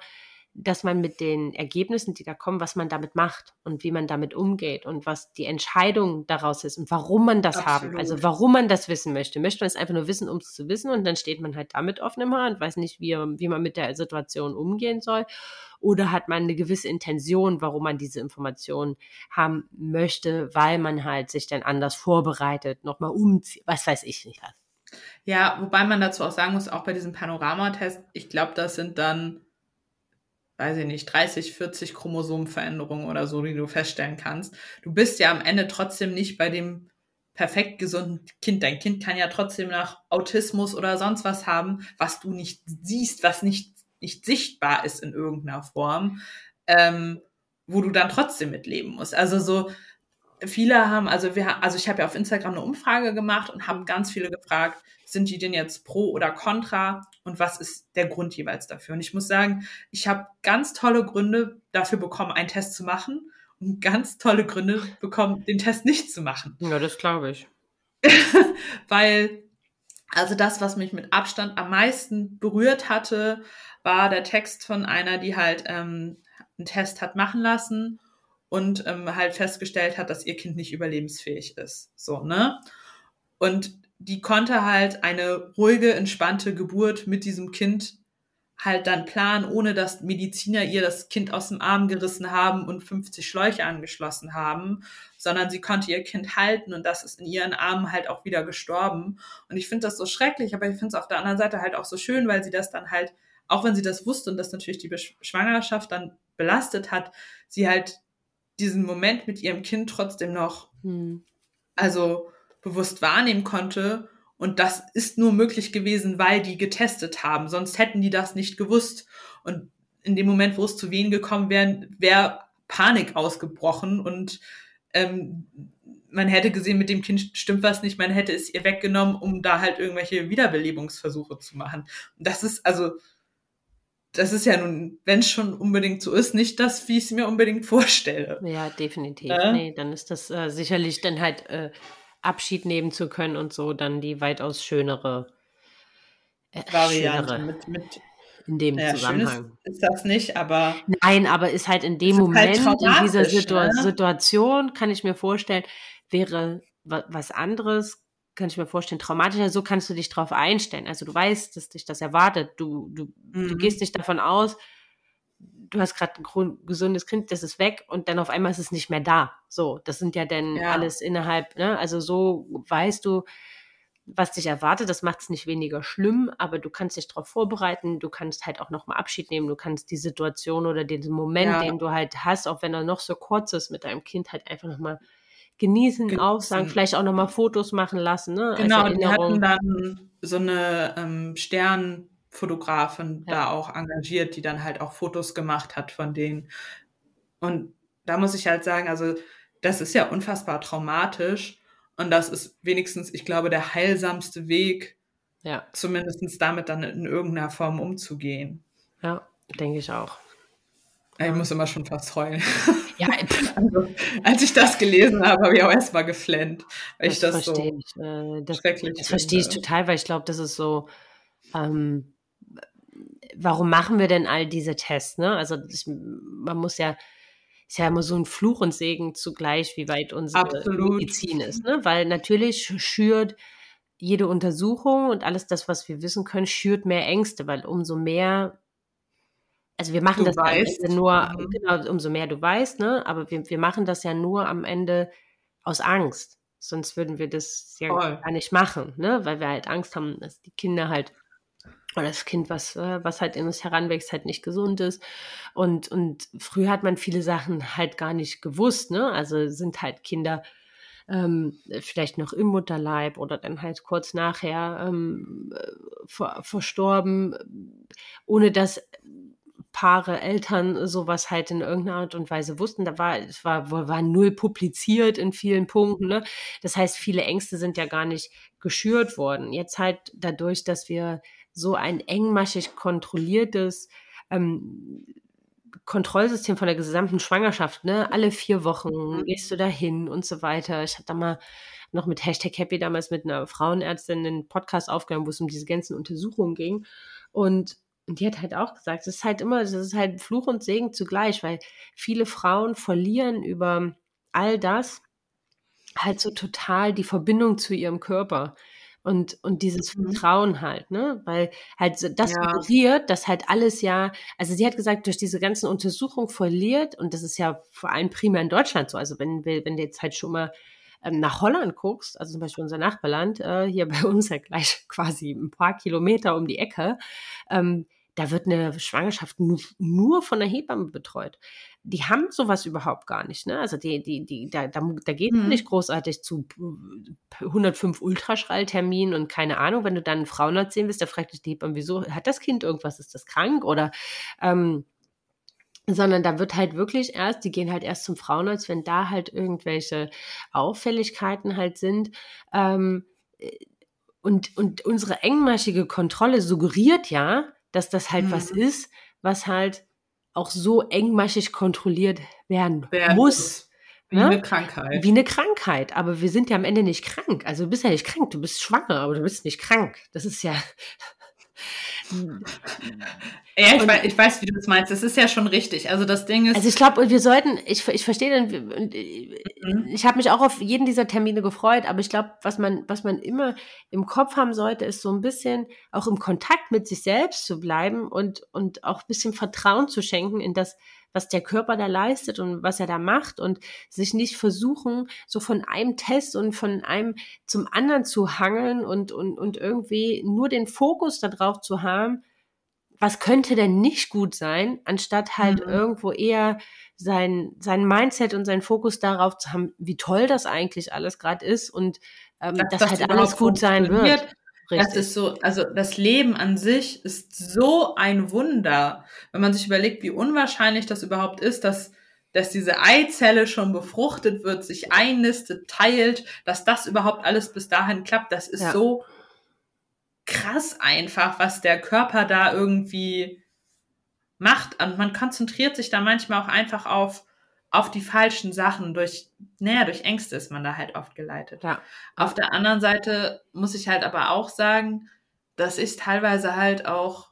dass man mit den Ergebnissen, die da kommen, was man damit macht und wie man damit umgeht und was die Entscheidung daraus ist und warum man das haben, also Absolut. warum man das wissen möchte. Möchte man es einfach nur wissen, um es zu wissen und dann steht man halt damit offenem Haar und weiß nicht, wie, wie man mit der Situation umgehen soll. Oder hat man eine gewisse Intention, warum man diese Informationen haben möchte, weil man halt sich dann anders vorbereitet, nochmal umzieht, was weiß ich nicht was. Ja, wobei man dazu auch sagen muss, auch bei diesem Panoramatest, ich glaube, das sind dann, weiß ich nicht, dreißig, vierzig Chromosomenveränderungen oder so, die du feststellen kannst. Du bist ja am Ende trotzdem nicht bei dem perfekt gesunden Kind. Dein Kind kann ja trotzdem nach Autismus oder sonst was haben, was du nicht siehst, was nicht, nicht sichtbar ist in irgendeiner Form, ähm, wo du dann trotzdem mitleben musst. Also so, viele haben, also wir, also ich habe ja auf Instagram eine Umfrage gemacht und habe ganz viele gefragt, sind die denn jetzt pro oder contra und was ist der Grund jeweils dafür? Und ich muss sagen, ich habe ganz tolle Gründe dafür bekommen, einen Test zu machen und ganz tolle Gründe bekommen, den Test nicht zu machen. Ja, das glaube ich. Weil, also das, was mich mit Abstand am meisten berührt hatte, war der Text von einer, die halt ähm, einen Test hat machen lassen und ähm, halt festgestellt hat, dass ihr Kind nicht überlebensfähig ist. So, ne? Und die konnte halt eine ruhige, entspannte Geburt mit diesem Kind halt dann planen, ohne dass Mediziner ihr das Kind aus dem Arm gerissen haben und fünfzig Schläuche angeschlossen haben, sondern sie konnte ihr Kind halten und das ist in ihren Armen halt auch wieder gestorben. Und ich finde das so schrecklich, aber ich finde es auf der anderen Seite halt auch so schön, weil sie das dann halt, auch wenn sie das wusste und das natürlich die Schwangerschaft dann belastet hat, sie halt diesen Moment mit ihrem Kind trotzdem noch hm. also bewusst wahrnehmen konnte. Und das ist nur möglich gewesen, weil die getestet haben. Sonst hätten die das nicht gewusst. Und in dem Moment, wo es zu Wehen gekommen wäre, wäre Panik ausgebrochen. Und ähm, man hätte gesehen, mit dem Kind stimmt was nicht. Man hätte es ihr weggenommen, um da halt irgendwelche Wiederbelebungsversuche zu machen. Und das ist also... Das ist ja nun, wenn es schon unbedingt so ist, nicht das, wie ich es mir unbedingt vorstelle. Ja, definitiv. Äh? Nee, dann ist das äh, sicherlich dann halt äh, Abschied nehmen zu können und so dann die weitaus schönere äh, Variante schönere, mit, mit in dem naja, Zusammenhang. Ist, ist das nicht, aber... Nein, aber ist halt in dem Moment, halt in dieser Situ- ne? Situation, kann ich mir vorstellen, wäre was anderes, kann ich mir vorstellen, traumatischer, so kannst du dich drauf einstellen. Also du weißt, dass dich das erwartet. Du, du, mhm. du gehst nicht davon aus, du hast gerade ein gesundes Kind, das ist weg und dann auf einmal ist es nicht mehr da. So, das sind ja dann ja. alles innerhalb, ne? Also so weißt du, was dich erwartet. Das macht es nicht weniger schlimm, aber du kannst dich darauf vorbereiten. Du kannst halt auch nochmal Abschied nehmen. Du kannst die Situation oder den Moment, ja. den du halt hast, auch wenn er noch so kurz ist, mit deinem Kind halt einfach nochmal genießen, genießen. Aufsagen, vielleicht auch nochmal Fotos machen lassen. Ne? Genau, die hatten dann so eine ähm, Sternfotografin ja. da auch engagiert, die dann halt auch Fotos gemacht hat von denen. Und da muss ich halt sagen, also das ist ja unfassbar traumatisch und das ist wenigstens, ich glaube, der heilsamste Weg, ja. zumindest damit dann in irgendeiner Form umzugehen. Ja, denke ich auch. Ich ja. muss immer schon fast heulen. Ja, also, als ich das gelesen habe, habe ich auch erst mal geflennt, weil das ich das so ich. Äh, das, schrecklich Das verstehe ich total, weil ich glaube, das ist so, ähm, warum machen wir denn all diese Tests, ne? Also das, man muss ja, ist ja immer so ein Fluch und Segen zugleich, wie weit unsere Absolut. Medizin ist, ne? Weil natürlich schürt jede Untersuchung und alles das, was wir wissen können, schürt mehr Ängste, weil umso mehr Also wir machen du das weißt, ja nur, mhm. genau, umso mehr du weißt, ne? Aber wir, wir machen das ja nur am Ende aus Angst. Sonst würden wir das ja Voll. gar nicht machen, ne? Weil wir halt Angst haben, dass die Kinder halt, oder das Kind, was, was halt in uns heranwächst, halt nicht gesund ist. Und, und früher hat man viele Sachen halt gar nicht gewusst, ne? Also sind halt Kinder ähm, vielleicht noch im Mutterleib oder dann halt kurz nachher ähm, ver, verstorben, ohne dass Paare, Eltern sowas halt in irgendeiner Art und Weise wussten. Da war, es war, war null publiziert in vielen Punkten. Ne? Das heißt, viele Ängste sind ja gar nicht geschürt worden. Jetzt halt dadurch, dass wir so ein engmaschig kontrolliertes ähm, Kontrollsystem von der gesamten Schwangerschaft, ne, alle vier Wochen gehst du da hin und so weiter. Ich habe da mal noch mit Hashtag Happy damals mit einer Frauenärztin einen Podcast aufgenommen, wo es um diese ganzen Untersuchungen ging. Und und die hat halt auch gesagt, es ist halt immer, das ist halt Fluch und Segen zugleich, weil viele Frauen verlieren über all das halt so total die Verbindung zu ihrem Körper und, und dieses Mhm. Vertrauen halt, ne? Weil halt so das Ja. suggeriert, dass halt alles ja, also sie hat gesagt, durch diese ganzen Untersuchungen verliert, und das ist ja vor allem primär in Deutschland so, also wenn, wir- wenn du jetzt halt schon mal ähm, nach Holland guckst, also zum Beispiel unser Nachbarland, äh, hier bei uns ja gleich quasi ein paar Kilometer um die Ecke, ähm, da wird eine Schwangerschaft nur, nur von der Hebamme betreut. Die haben sowas überhaupt gar nicht, ne? Also die, die, die, da, da, da geht es Mhm. nicht großartig zu hundertfünf Ultraschallterminen und keine Ahnung, wenn du dann einen Frauenarzt sehen willst, da fragt dich die Hebamme, wieso hat das Kind irgendwas, ist das krank oder ähm, sondern da wird halt wirklich erst, die gehen halt erst zum Frauenarzt, wenn da halt irgendwelche Auffälligkeiten halt sind. Ähm, und, und unsere engmaschige Kontrolle suggeriert ja, dass das halt Mhm. was ist, was halt auch so engmaschig kontrolliert werden Werden muss. muss. Wie Ne? eine Krankheit. Wie eine Krankheit. Aber wir sind ja am Ende nicht krank. Also du bist ja nicht krank, du bist schwanger, aber du bist nicht krank. Das ist ja. Ja, ich Und- weiß, ich weiß, wie du das meinst. Das ist ja schon richtig. Also das Ding ist, Also ich glaube, wir sollten, ich, ich verstehe dann, und Mhm. ich habe mich auch auf jeden dieser Termine gefreut, aber ich glaube, was man, was man immer im Kopf haben sollte, ist so ein bisschen auch im Kontakt mit sich selbst zu bleiben und, und auch ein bisschen Vertrauen zu schenken in das, was der Körper da leistet und was er da macht, und sich nicht versuchen, so von einem Test und von einem zum anderen zu hangeln und, und, und irgendwie nur den Fokus darauf zu haben, was könnte denn nicht gut sein, anstatt halt Mhm. irgendwo eher sein, sein Mindset und seinen Fokus darauf zu haben, wie toll das eigentlich alles gerade ist und ähm, dass dass das halt überhaupt alles gut sein funktioniert. wird. Das Richtig. ist so, also das Leben an sich ist so ein Wunder, wenn man sich überlegt, wie unwahrscheinlich das überhaupt ist, dass, dass diese Eizelle schon befruchtet wird, sich einnistet, teilt, dass das überhaupt alles bis dahin klappt. Das ist Ja. so krass einfach, was der Körper da irgendwie macht. Und man konzentriert sich da manchmal auch einfach auf, auf die falschen Sachen. Durch, naja, durch Ängste ist man da halt oft geleitet. Ja. Auf der anderen Seite muss ich halt aber auch sagen, das ist teilweise halt auch,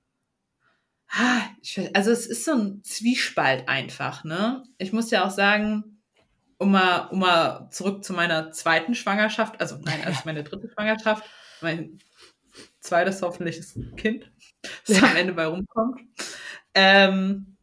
also es ist so ein Zwiespalt einfach, ne? Ich muss ja auch sagen, um mal, um mal zurück zu meiner zweiten Schwangerschaft, also nein, also meine dritte Schwangerschaft, mein zweites hoffentliches Kind, das am Ende bei rumkommt. Ähm,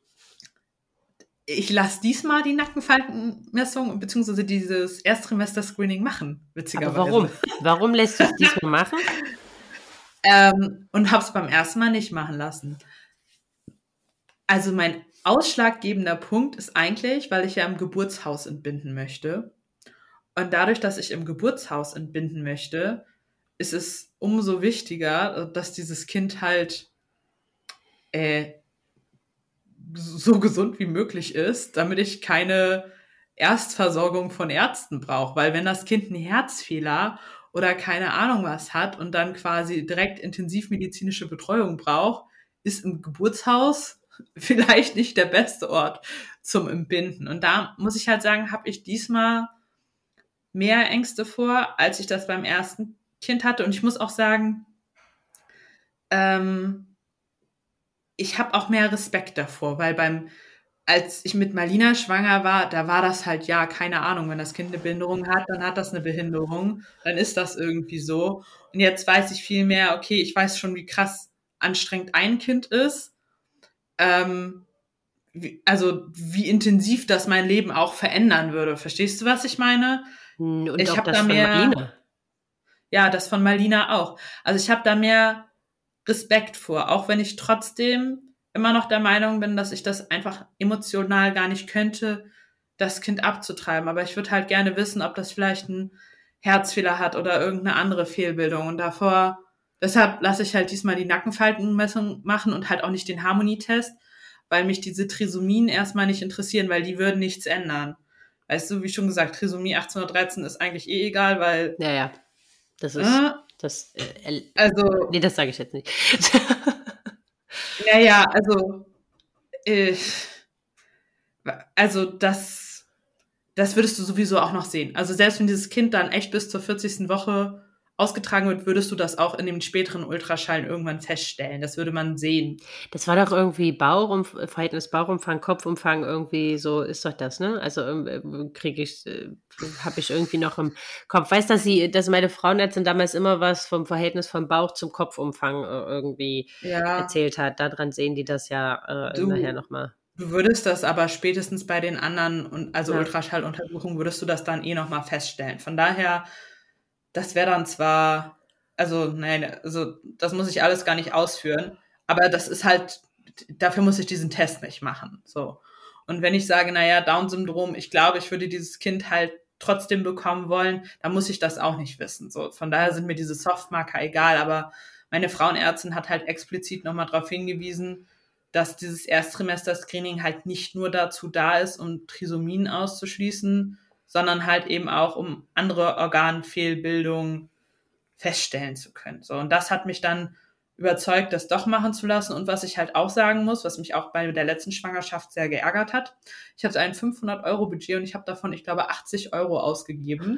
ich lasse diesmal die Nackenfaltenmessung beziehungsweise dieses Erstrimester-Screening machen, witzigerweise. Aber warum? Warum lässt du es diesmal machen? Ähm, und habe es beim ersten Mal nicht machen lassen. Also mein ausschlaggebender Punkt ist eigentlich, weil ich ja im Geburtshaus entbinden möchte. Und dadurch, dass ich im Geburtshaus entbinden möchte, ist es umso wichtiger, dass dieses Kind halt äh, so gesund wie möglich ist, damit ich keine Erstversorgung von Ärzten brauche. Weil wenn das Kind einen Herzfehler oder keine Ahnung was hat und dann quasi direkt intensivmedizinische Betreuung braucht, ist im Geburtshaus vielleicht nicht der beste Ort zum Entbinden. Und da muss ich halt sagen, habe ich diesmal mehr Ängste vor, als ich das beim ersten Kind hatte. Und ich muss auch sagen, ähm, ich habe auch mehr Respekt davor, weil beim, als ich mit Marlina schwanger war, da war das halt, ja, keine Ahnung, wenn das Kind eine Behinderung hat, dann hat das eine Behinderung, dann ist das irgendwie so. Und jetzt weiß ich viel mehr, okay, ich weiß schon, wie krass anstrengend ein Kind ist, ähm, wie, also wie intensiv das mein Leben auch verändern würde. Verstehst du, was ich meine? Und Ich auch habe das da von mehr, Marlina. ja, das von Marlina auch. Also ich habe da mehr Respekt vor, auch wenn ich trotzdem immer noch der Meinung bin, dass ich das einfach emotional gar nicht könnte, das Kind abzutreiben. Aber ich würde halt gerne wissen, ob das vielleicht einen Herzfehler hat oder irgendeine andere Fehlbildung. Und davor, deshalb lasse ich halt diesmal die Nackenfaltenmessung machen und halt auch nicht den Harmonietest, weil mich diese Trisomien erstmal nicht interessieren, weil die würden nichts ändern. Weißt du, wie schon gesagt, Trisomie achtzehnhundertdreizehn ist eigentlich eh egal, weil Ja, ja. Das ist, äh, das, äh, also, nee, das sage ich jetzt nicht. naja, also, ich, also das, das würdest du sowieso auch noch sehen. Also selbst wenn dieses Kind dann echt bis zur vierzigsten Woche ausgetragen wird, würdest du das auch in dem späteren Ultraschall irgendwann feststellen. Das würde man sehen. Das war doch irgendwie Bauchumfang, Verhältnis Bauchumfang, Kopfumfang, irgendwie so ist doch das, ne? Also ähm, kriege ich, äh, habe ich irgendwie noch im Kopf. Weiß, dass sie, dass meine Frauenärztin damals immer was vom Verhältnis vom Bauch zum Kopfumfang äh, irgendwie Ja, erzählt hat. Daran sehen die das ja äh, du, nachher nochmal. du würdest das aber spätestens bei den anderen, und also Ja. Ultraschalluntersuchungen, würdest du das dann eh nochmal feststellen. Von daher, das wäre dann zwar, also nein, also das muss ich alles gar nicht ausführen, aber das ist halt, dafür muss ich diesen Test nicht machen. So. Und wenn ich sage, naja, Down-Syndrom, ich glaube, ich würde dieses Kind halt trotzdem bekommen wollen, dann muss ich das auch nicht wissen. So, von daher sind mir diese Softmarker egal, aber meine Frauenärztin hat halt explizit nochmal darauf hingewiesen, dass dieses Erstsemester-Screening halt nicht nur dazu da ist, um Trisomien auszuschließen, sondern halt eben auch, um andere Organfehlbildungen feststellen zu können. So, und das hat mich dann überzeugt, das doch machen zu lassen. Und was ich halt auch sagen muss, was mich auch bei der letzten Schwangerschaft sehr geärgert hat, ich hatte ein fünfhundert Euro Budget und ich habe davon, ich glaube, achtzig Euro ausgegeben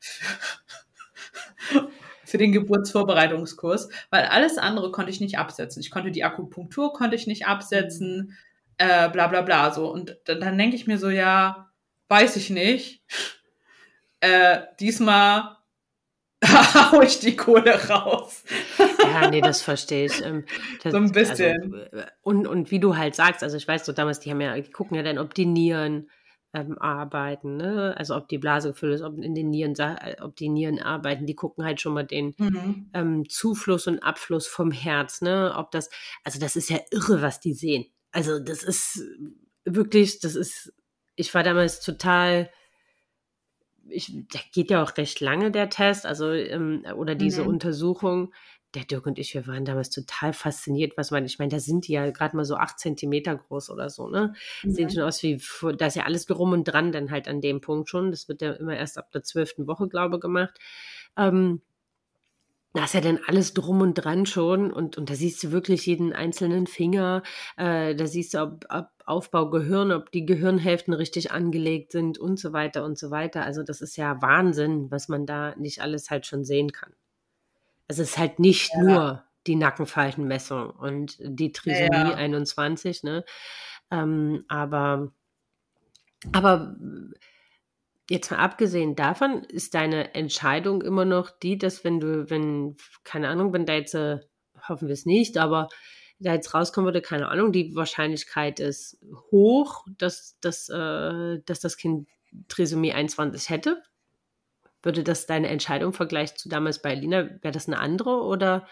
für den Geburtsvorbereitungskurs, weil alles andere konnte ich nicht absetzen. Ich konnte die Akupunktur konnte ich nicht absetzen, äh, bla bla bla. So. Und dann, dann denke ich mir so, ja, weiß ich nicht. Äh, diesmal hau ich die Kohle raus. Ja, nee, das verstehe ich. Ähm, das, so ein bisschen. Also, und, und wie du halt sagst, also ich weiß so damals, die haben ja, die gucken ja dann, ob die Nieren ähm, arbeiten, ne? Also ob die Blase gefüllt ist, ob in den Nieren, ob die Nieren arbeiten, die gucken halt schon mal den Mhm. ähm, Zufluss und Abfluss vom Herz, ne? Ob das, also das ist ja irre, was die sehen. Also das ist wirklich, das ist, ich war damals total, ich, der geht ja auch recht lange, der Test, also ähm, oder diese Mhm. Untersuchung. Der Dirk und ich, wir waren damals total fasziniert, was man, ich meine, da sind die ja gerade mal so acht Zentimeter groß oder so, ne? Mhm. Sehen schon aus wie, da ist ja alles drum und dran dann halt an dem Punkt schon. Das wird ja immer erst ab der zwölften Woche, glaube ich, gemacht. Ähm, da ist ja dann alles drum und dran schon und, und da siehst du wirklich jeden einzelnen Finger, äh, da siehst du, ob, ob Aufbau Gehirn, ob die Gehirnhälften richtig angelegt sind und so weiter und so weiter. Also das ist ja Wahnsinn, was man da nicht alles halt schon sehen kann. Es ist halt nicht Ja. nur die Nackenfaltenmessung und die Trisomie Ja. einundzwanzig, ne? Ähm, aber, aber jetzt mal abgesehen davon, ist deine Entscheidung immer noch die, dass wenn du, wenn, keine Ahnung, wenn da jetzt, äh, hoffen wir es nicht, aber da jetzt rauskommen würde, keine Ahnung, die Wahrscheinlichkeit ist hoch, dass, dass, äh, dass das Kind Trisomie einundzwanzig hätte. Würde das deine Entscheidung im Vergleich zu damals bei Alina, wäre das eine andere oder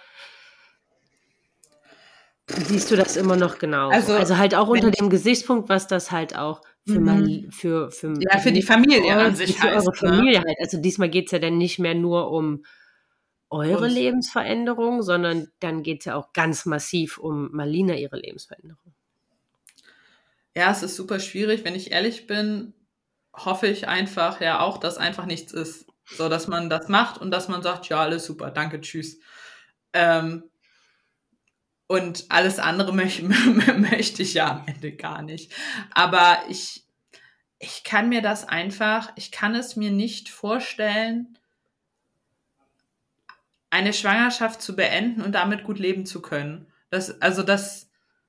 siehst du das immer noch genauso? Also, Also halt auch wenn unter ich- dem Gesichtspunkt, was das halt auch für, Mhm. mal, für, für, Ja, für die Familie an sich für heißt, eure Familie halt. Also diesmal geht es ja dann nicht mehr nur um eure Uns. Lebensveränderung, sondern dann geht es ja auch ganz massiv um Malina ihre Lebensveränderung. Ja, es ist super schwierig. Wenn ich ehrlich bin, hoffe ich einfach ja auch, dass einfach nichts ist. So, dass man das macht und dass man sagt, ja, alles super, danke, tschüss. Ähm, und alles andere möchte, möchte ich ja am Ende gar nicht. Aber ich, ich kann mir das einfach, ich kann es mir nicht vorstellen, eine Schwangerschaft zu beenden und damit gut leben zu können. Das, also das,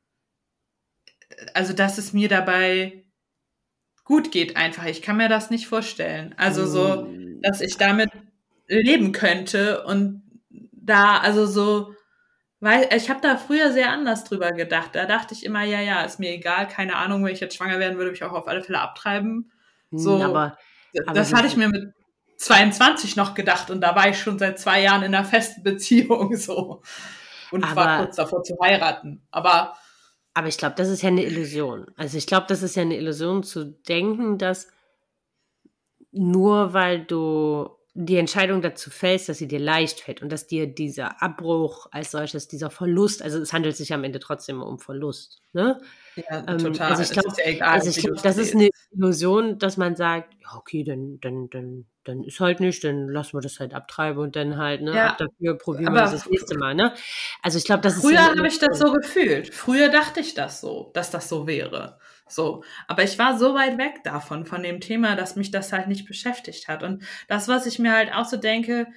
also dass es mir dabei gut geht einfach. Ich kann mir das nicht vorstellen. Also so, dass ich damit leben könnte und da, also so, weil ich habe da früher sehr anders drüber gedacht. Da dachte ich immer, ja, ja, ist mir egal, keine Ahnung, wenn ich jetzt schwanger werden würde, würde ich auch auf alle Fälle abtreiben. So, aber, aber das hatte ich mir mit zweiundzwanzig noch gedacht und da war ich schon seit zwei Jahren in einer festen Beziehung so und aber, war kurz davor zu heiraten. Aber aber ich glaube, das ist ja eine Illusion. Also ich glaube, das ist ja eine Illusion zu denken, dass nur weil du die Entscheidung dazu fällst, dass sie dir leicht fällt und dass dir dieser Abbruch als solches, dieser Verlust, also es handelt sich am Ende trotzdem um Verlust, ne? ja, Ähm, total. also ich glaube, ist ja egal, also ich glaub, das ist eine Illusion, dass man sagt, ja okay, dann, dann, dann, dann ist halt nicht, dann lassen wir das halt abtreiben und dann halt, ne, ja, ab dafür probieren wir das das nächste Mal, ne? Also ich glaube, das früher ist Früher habe ich das so gefühlt. Früher dachte ich das so, dass das so wäre. So, aber ich war so weit weg davon, von dem Thema, dass mich das halt nicht beschäftigt hat. Und das, was ich mir halt auch so denke,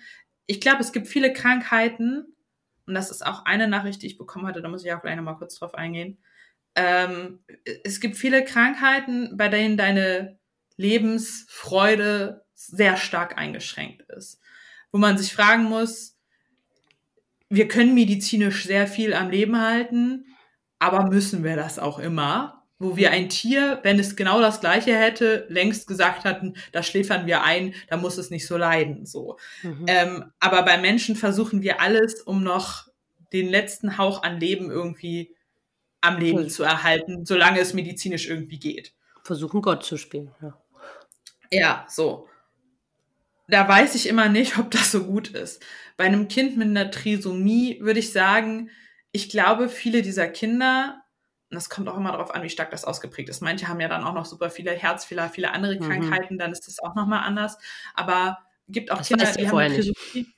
ich glaube, es gibt viele Krankheiten, und das ist auch eine Nachricht, die ich bekommen hatte, da muss ich auch gleich nochmal kurz drauf eingehen. Ähm, es gibt viele Krankheiten, bei denen deine Lebensfreude sehr stark eingeschränkt ist. Wo man sich fragen muss, wir können medizinisch sehr viel am Leben halten, aber müssen wir das auch immer? Wo wir ein Tier, wenn es genau das Gleiche hätte, längst gesagt hatten, da schläfern wir ein, da muss es nicht so leiden. So. Mhm. Ähm, aber bei Menschen versuchen wir alles, um noch den letzten Hauch an Leben irgendwie am Leben Versuch. zu erhalten, solange es medizinisch irgendwie geht. Versuchen Gott zu spielen, ja. Ja, so. Da weiß ich immer nicht, ob das so gut ist. Bei einem Kind mit einer Trisomie würde ich sagen, ich glaube, viele dieser Kinder, und das kommt auch immer darauf an, wie stark das ausgeprägt ist. Manche haben ja dann auch noch super viele Herzfehler, viele andere mhm. Krankheiten, dann ist das auch nochmal anders. Aber es gibt auch das Kinder, die haben eine Trisomie.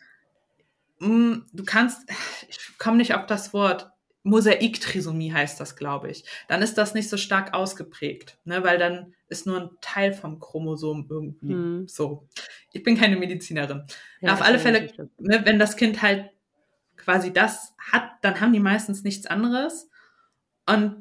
Nicht. Du kannst, ich komme nicht auf das Wort, Mosaik-Trisomie heißt das, glaube ich. Dann ist das nicht so stark ausgeprägt, ne, weil dann ist nur ein Teil vom Chromosom irgendwie hm. so. Ich bin keine Medizinerin. Ja, auf alle Fälle, ne, wenn das Kind halt quasi das hat, dann haben die meistens nichts anderes. Und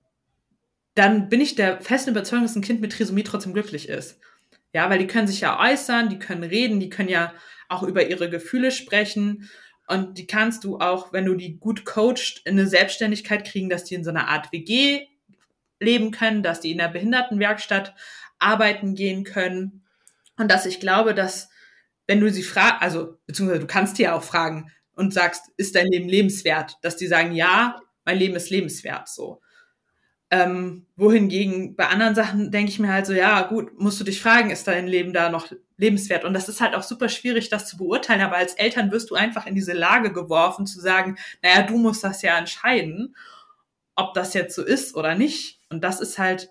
dann bin ich der festen Überzeugung, dass ein Kind mit Trisomie trotzdem glücklich ist. Ja, weil die können sich ja äußern, die können reden, die können ja auch über ihre Gefühle sprechen. Und die kannst du auch, wenn du die gut coacht, in eine Selbstständigkeit kriegen, dass die in so einer Art W G leben können, dass die in der Behindertenwerkstatt arbeiten gehen können. Und dass ich glaube, dass, wenn du sie fragst, also, beziehungsweise du kannst die ja auch fragen und sagst, ist dein Leben lebenswert? Dass die sagen, ja, mein Leben ist lebenswert, so. Ähm, wohingegen bei anderen Sachen denke ich mir halt so, ja, gut, musst du dich fragen, ist dein Leben da noch lebenswert? Und das ist halt auch super schwierig, das zu beurteilen, aber als Eltern wirst du einfach in diese Lage geworfen, zu sagen, naja, du musst das ja entscheiden, ob das jetzt so ist oder nicht. Und das ist halt,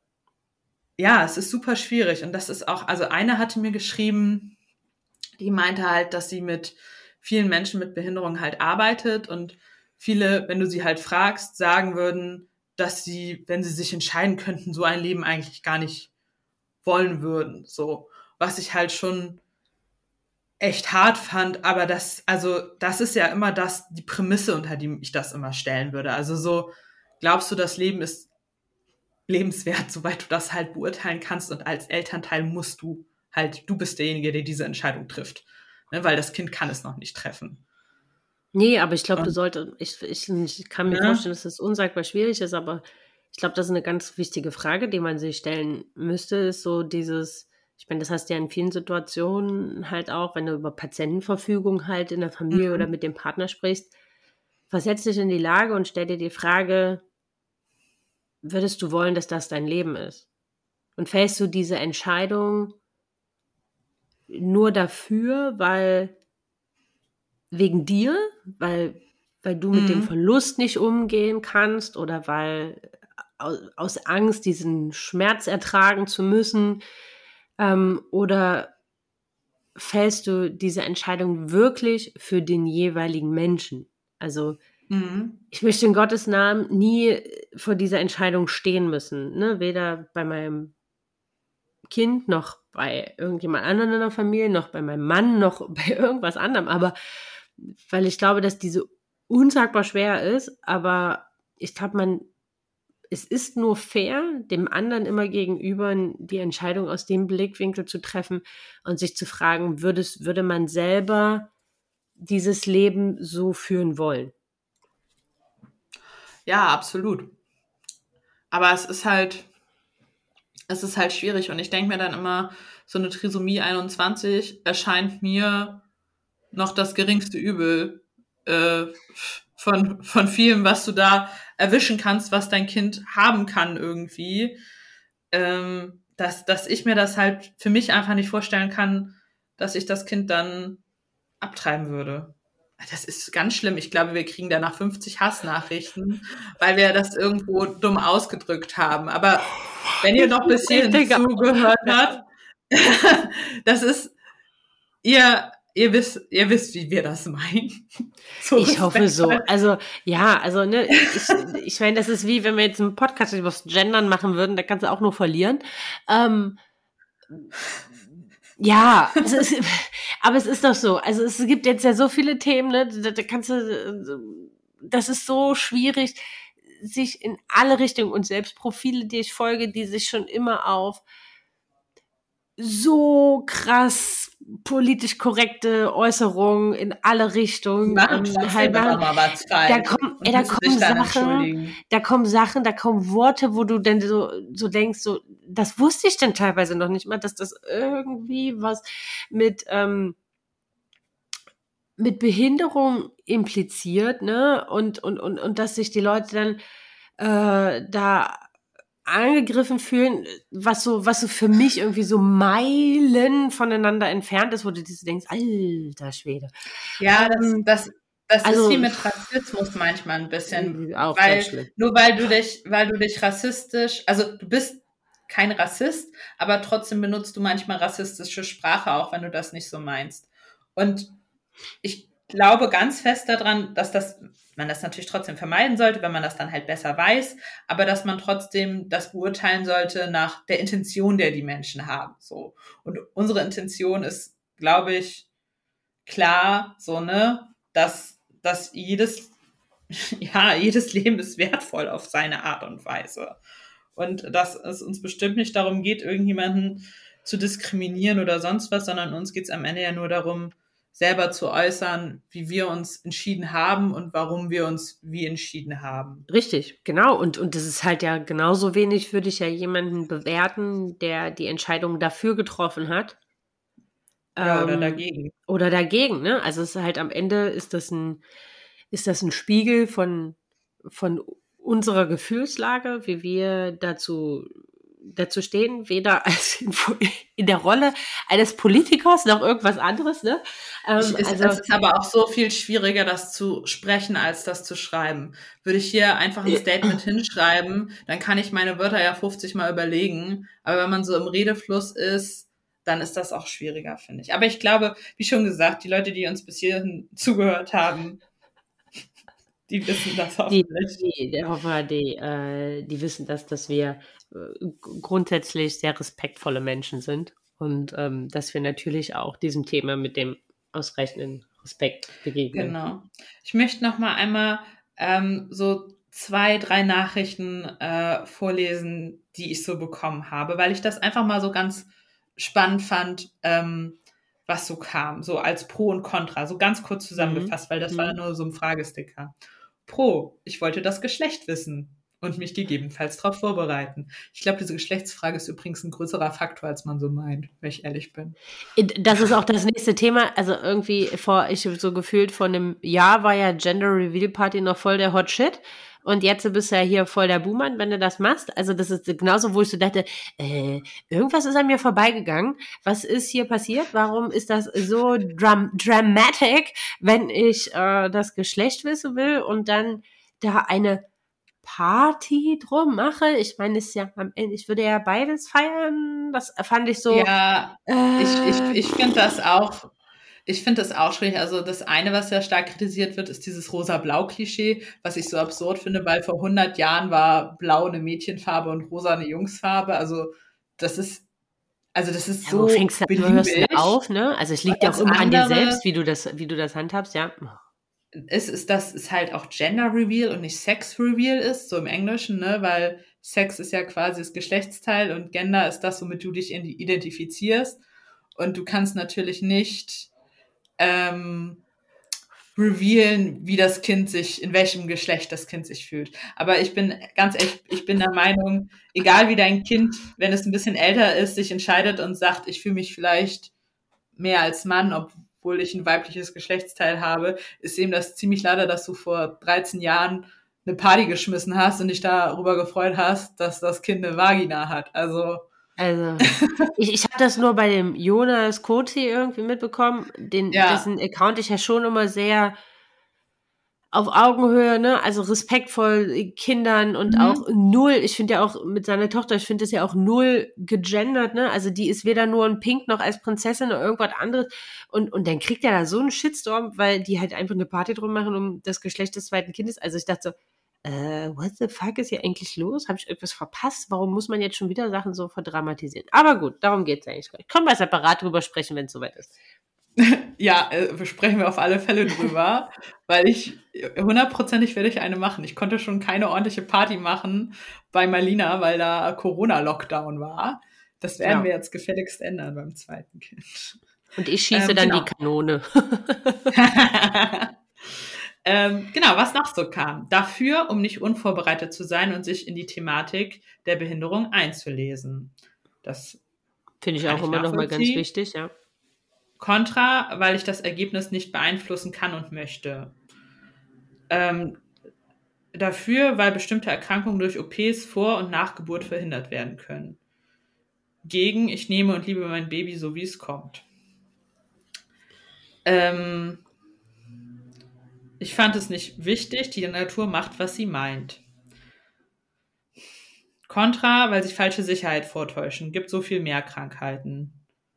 ja, es ist super schwierig. Und das ist auch, also eine hatte mir geschrieben, die meinte halt, dass sie mit vielen Menschen mit Behinderung halt arbeitet und viele, wenn du sie halt fragst, sagen würden, dass sie, wenn sie sich entscheiden könnten, so ein Leben eigentlich gar nicht wollen würden, so. Was ich halt schon echt hart fand, aber das, also, das ist ja immer das, die Prämisse, unter die ich das immer stellen würde. Also so, glaubst du, das Leben ist lebenswert, soweit du das halt beurteilen kannst und als Elternteil musst du halt, du bist derjenige, der diese Entscheidung trifft, ne, weil das Kind kann es noch nicht treffen. Nee, aber ich glaube, du solltest, ich, ich, ich kann mir ja. vorstellen, dass das unsagbar schwierig ist, aber ich glaube, das ist eine ganz wichtige Frage, die man sich stellen müsste, ist so dieses, ich meine, das hast du ja in vielen Situationen halt auch, wenn du über Patientenverfügung halt in der Familie mhm. oder mit dem Partner sprichst, versetz dich in die Lage und stell dir die Frage, würdest du wollen, dass das dein Leben ist? Und fällst du diese Entscheidung nur dafür, weil wegen dir, weil, weil du mit mhm. dem Verlust nicht umgehen kannst oder weil aus, aus Angst, diesen Schmerz ertragen zu müssen, ähm, oder fällst du diese Entscheidung wirklich für den jeweiligen Menschen? Also mhm. ich möchte in Gottes Namen nie vor dieser Entscheidung stehen müssen, ne? Weder bei meinem Kind noch bei irgendjemand anderem in der Familie, noch bei meinem Mann, noch bei irgendwas anderem, aber weil ich glaube, dass diese unsagbar schwer ist, aber ich glaube, man, es ist nur fair, dem anderen immer gegenüber die Entscheidung aus dem Blickwinkel zu treffen und sich zu fragen, würde, es, würde man selber dieses Leben so führen wollen? Ja, absolut. Aber es ist halt, es ist halt schwierig und ich denke mir dann immer, so eine Trisomie einundzwanzig erscheint mir noch das geringste Übel äh, von, von vielem, was du da erwischen kannst, was dein Kind haben kann irgendwie. Ähm, dass, dass ich mir das halt für mich einfach nicht vorstellen kann, dass ich das Kind dann abtreiben würde. Das ist ganz schlimm. Ich glaube, wir kriegen danach fünfzig Hassnachrichten, weil wir das irgendwo dumm ausgedrückt haben. Aber wenn ihr noch bis hierhin zugehört habt, das ist, ihr, ihr wisst, ihr wisst, wie wir das meinen. So ich hoffe so. Also, ja, also, ne, ich, ich meine, das ist wie, wenn wir jetzt einen Podcast über das Gendern machen würden, da kannst du auch nur verlieren. Ähm, Ja, also es, aber es ist doch so. Also es gibt jetzt ja so viele Themen, ne? Da, da kannst du, das ist so schwierig, sich in alle Richtungen und selbst Profile, die ich folge, die sich schon immer auf so krass politisch korrekte Äußerungen in alle Richtungen. Machen ähm, trotzdem halt machen. immer was Da falsch kommen, und ey, da müssen sich kommen dann Sachen, entschuldigen. da kommen Sachen, da kommen Worte, wo du dann so, so denkst, so, das wusste ich dann teilweise noch nicht mal, dass das irgendwie was mit, ähm, mit Behinderung impliziert, ne? Und, und, und, und dass sich die Leute dann äh, da angegriffen fühlen, was so, was so für mich irgendwie so Meilen voneinander entfernt ist, wo du dir so denkst, alter Schwede. Ja, das, Ähm, das, das also- ist wie mit Rassismus manchmal ein bisschen. Auch ganz Weil, schlimm. nur weil du dich, weil du dich rassistisch, also du bist kein Rassist, aber trotzdem benutzt du manchmal rassistische Sprache, auch wenn du das nicht so meinst. Und ich glaube ganz fest daran, dass das, man das natürlich trotzdem vermeiden sollte, wenn man das dann halt besser weiß, aber dass man trotzdem das beurteilen sollte nach der Intention, der die Menschen haben. So. Und unsere Intention ist, glaube ich, klar, so, ne, dass, dass jedes, ja, jedes Leben ist wertvoll auf seine Art und Weise. Und dass es uns bestimmt nicht darum geht, irgendjemanden zu diskriminieren oder sonst was, sondern uns geht es am Ende ja nur darum, selber zu äußern, wie wir uns entschieden haben und warum wir uns wie entschieden haben. Richtig, genau. Und, und das ist halt ja genauso wenig, würde ich ja jemanden bewerten, der die Entscheidung dafür getroffen hat. Ja, oder Ähm, dagegen. Oder dagegen, ne? Also es ist halt am Ende ist das ein, ist das ein Spiegel von, von unserer Gefühlslage, wie wir dazu, dazu stehen, weder als in, in der Rolle eines Politikers noch irgendwas anderes, ne? Ähm, Ich, ist, also, es ist aber auch so viel schwieriger, das zu sprechen, als das zu schreiben. Würde ich hier einfach ein Statement hinschreiben, dann kann ich meine Wörter ja fünfzig Mal überlegen. Aber wenn man so im Redefluss ist, dann ist das auch schwieriger, finde ich. Aber ich glaube, wie schon gesagt, die Leute, die uns bis hierhin zugehört haben, die wissen das die, hoffentlich. die, die, hoffe, die, äh, die wissen das, dass wir äh, grundsätzlich sehr respektvolle Menschen sind und ähm, dass wir natürlich auch diesem Thema mit dem ausreichenden Respekt begegnen. Genau. Ich möchte noch mal einmal ähm, so zwei, drei Nachrichten äh, vorlesen, die ich so bekommen habe, weil ich das einfach mal so ganz spannend fand, ähm, was so kam, so als Pro und Contra, so ganz kurz zusammengefasst, weil das Mhm. war nur so ein Fragesticker. Pro, ich wollte das Geschlecht wissen und mich gegebenenfalls darauf vorbereiten. Ich glaube, diese Geschlechtsfrage ist übrigens ein größerer Faktor, als man so meint, wenn ich ehrlich bin. Das ist auch das nächste Thema. Also irgendwie vor, ich so gefühlt vor einem Jahr war ja Gender Reveal Party noch voll der Hot Shit. Und jetzt bist du ja hier voll der Boomer, wenn du das machst. Also das ist genauso, wo ich so dachte, äh, irgendwas ist an mir vorbeigegangen. Was ist hier passiert? Warum ist das so dram dramatic, wenn ich äh, das Geschlecht wissen will und dann da eine Party drum mache? Ich meine, es ist ja am Ende, ich würde ja beides feiern. Das fand ich so. Ja, äh, ich, ich, ich finde das auch, ich finde das auch schwierig. Also das eine, was ja stark kritisiert wird, ist dieses rosa-blau-Klischee, was ich so absurd finde, weil vor hundert Jahren war blau eine Mädchenfarbe und rosa eine Jungsfarbe. Also das ist, also das ist Ja, so wo fängst du an, wo hörst du beliebig. da auf, ne? Also es liegt Und ja auch das immer an dir andere- selbst, wie du das, wie du das handhabst, ja. Es ist, dass es halt auch Gender Reveal und nicht Sex Reveal ist, so im Englischen, ne, weil Sex ist ja quasi das Geschlechtsteil und Gender ist das, womit du dich identifizierst. Und du kannst natürlich nicht ähm, revealen, wie das Kind sich, in welchem Geschlecht das Kind sich fühlt. Aber ich bin ganz ehrlich, ich bin der Meinung, egal wie dein Kind, wenn es ein bisschen älter ist, sich entscheidet und sagt, ich fühle mich vielleicht mehr als Mann, obwohl ich ein weibliches Geschlechtsteil habe, ist eben das ziemlich leider, dass du vor dreizehn Jahren eine Party geschmissen hast und dich darüber gefreut hast, dass das Kind eine Vagina hat. Also Also, ich, ich habe das nur bei dem Jonas Koti irgendwie mitbekommen, den, Ja. dessen Account ich ja schon immer sehr auf Augenhöhe, ne, also respektvoll Kindern und Mhm. auch null, ich finde ja auch mit seiner Tochter, ich finde das ja auch null gegendert, ne, also die ist weder nur ein Pink noch als Prinzessin oder irgendwas anderes und, und dann kriegt er da so einen Shitstorm, weil die halt einfach eine Party drum machen um das Geschlecht des zweiten Kindes, also ich dachte so, äh, what the fuck ist hier eigentlich los? Habe ich irgendwas verpasst? Warum muss man jetzt schon wieder Sachen so verdramatisieren? Aber gut, darum geht es eigentlich gar nicht. Können wir separat drüber sprechen, wenn es soweit ist. Ja, äh, sprechen wir auf alle Fälle drüber, weil ich hundertprozentig werde ich eine machen. Ich konnte schon keine ordentliche Party machen bei Marlina, weil da Corona-Lockdown war. Das werden Ja. wir jetzt gefälligst ändern beim zweiten Kind. Und ich schieße Ähm, dann genau. die Kanone. ähm, genau, was noch so kam. Dafür, um nicht unvorbereitet zu sein und sich in die Thematik der Behinderung einzulesen. Das Finde ich kann auch ich immer noch mal ganz nachvollziehen. wichtig, ja. Kontra, weil ich das Ergebnis nicht beeinflussen kann und möchte. Ähm, dafür, weil bestimmte Erkrankungen durch O Ps vor und nach Geburt verhindert werden können. Gegen, ich nehme und liebe mein Baby so, wie es kommt. Ähm, ich fand es nicht wichtig, die Natur macht, was sie meint. Kontra, weil sich falsche Sicherheit vortäuschen. Gibt so viel mehr Krankheiten.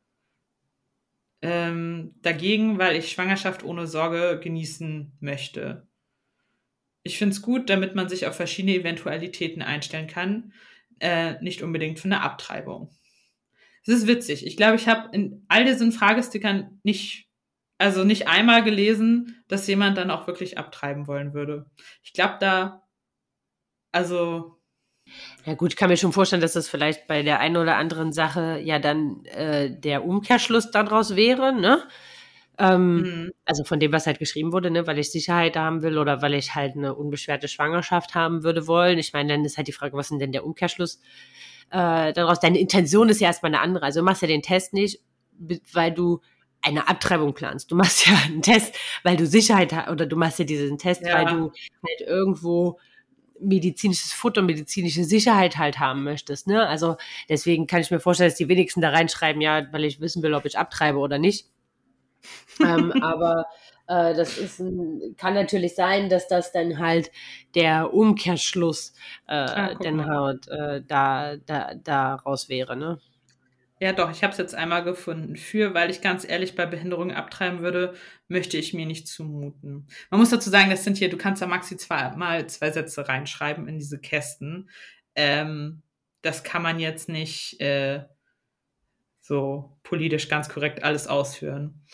Ähm, dagegen, weil ich Schwangerschaft ohne Sorge genießen möchte. Ich finde es gut, damit man sich auf verschiedene Eventualitäten einstellen kann. Äh, nicht unbedingt für eine Abtreibung. Es ist witzig. Ich glaube, ich habe in all diesen Fragestickern nicht, also nicht einmal gelesen, dass jemand dann auch wirklich abtreiben wollen würde. Ich glaube, da, also Ja gut, ich kann mir schon vorstellen, dass das vielleicht bei der einen oder anderen Sache ja dann äh, der Umkehrschluss daraus wäre, ne? Ähm, mh, also von dem, was halt geschrieben wurde, ne, weil ich Sicherheit haben will oder weil ich halt eine unbeschwerte Schwangerschaft haben würde wollen. Ich meine, dann ist halt die Frage, was ist denn der Umkehrschluss äh, daraus? Deine Intention ist ja erstmal eine andere. Also du machst ja den Test nicht, weil du eine Abtreibung planst. Du machst ja einen Test, weil du Sicherheit hast, oder du machst ja diesen Test, Ja. weil du halt irgendwo medizinisches Futter, medizinische Sicherheit halt haben möchtest, ne? Also deswegen kann ich mir vorstellen, dass die wenigsten da reinschreiben, ja, weil ich wissen will, ob ich abtreibe oder nicht. ähm, aber äh, das ist ein, kann natürlich sein, dass das dann halt der Umkehrschluss äh, Ah, guck dann mal. halt äh, da, da, daraus wäre, ne? Ja, doch, ich habe es jetzt einmal gefunden. Für, weil ich ganz ehrlich bei Behinderungen abtreiben würde, möchte ich mir nicht zumuten. Man muss dazu sagen, das sind hier, du kannst da maxi zweimal zwei Sätze reinschreiben in diese Kästen. Ähm, das kann man jetzt nicht äh, so politisch ganz korrekt alles ausführen.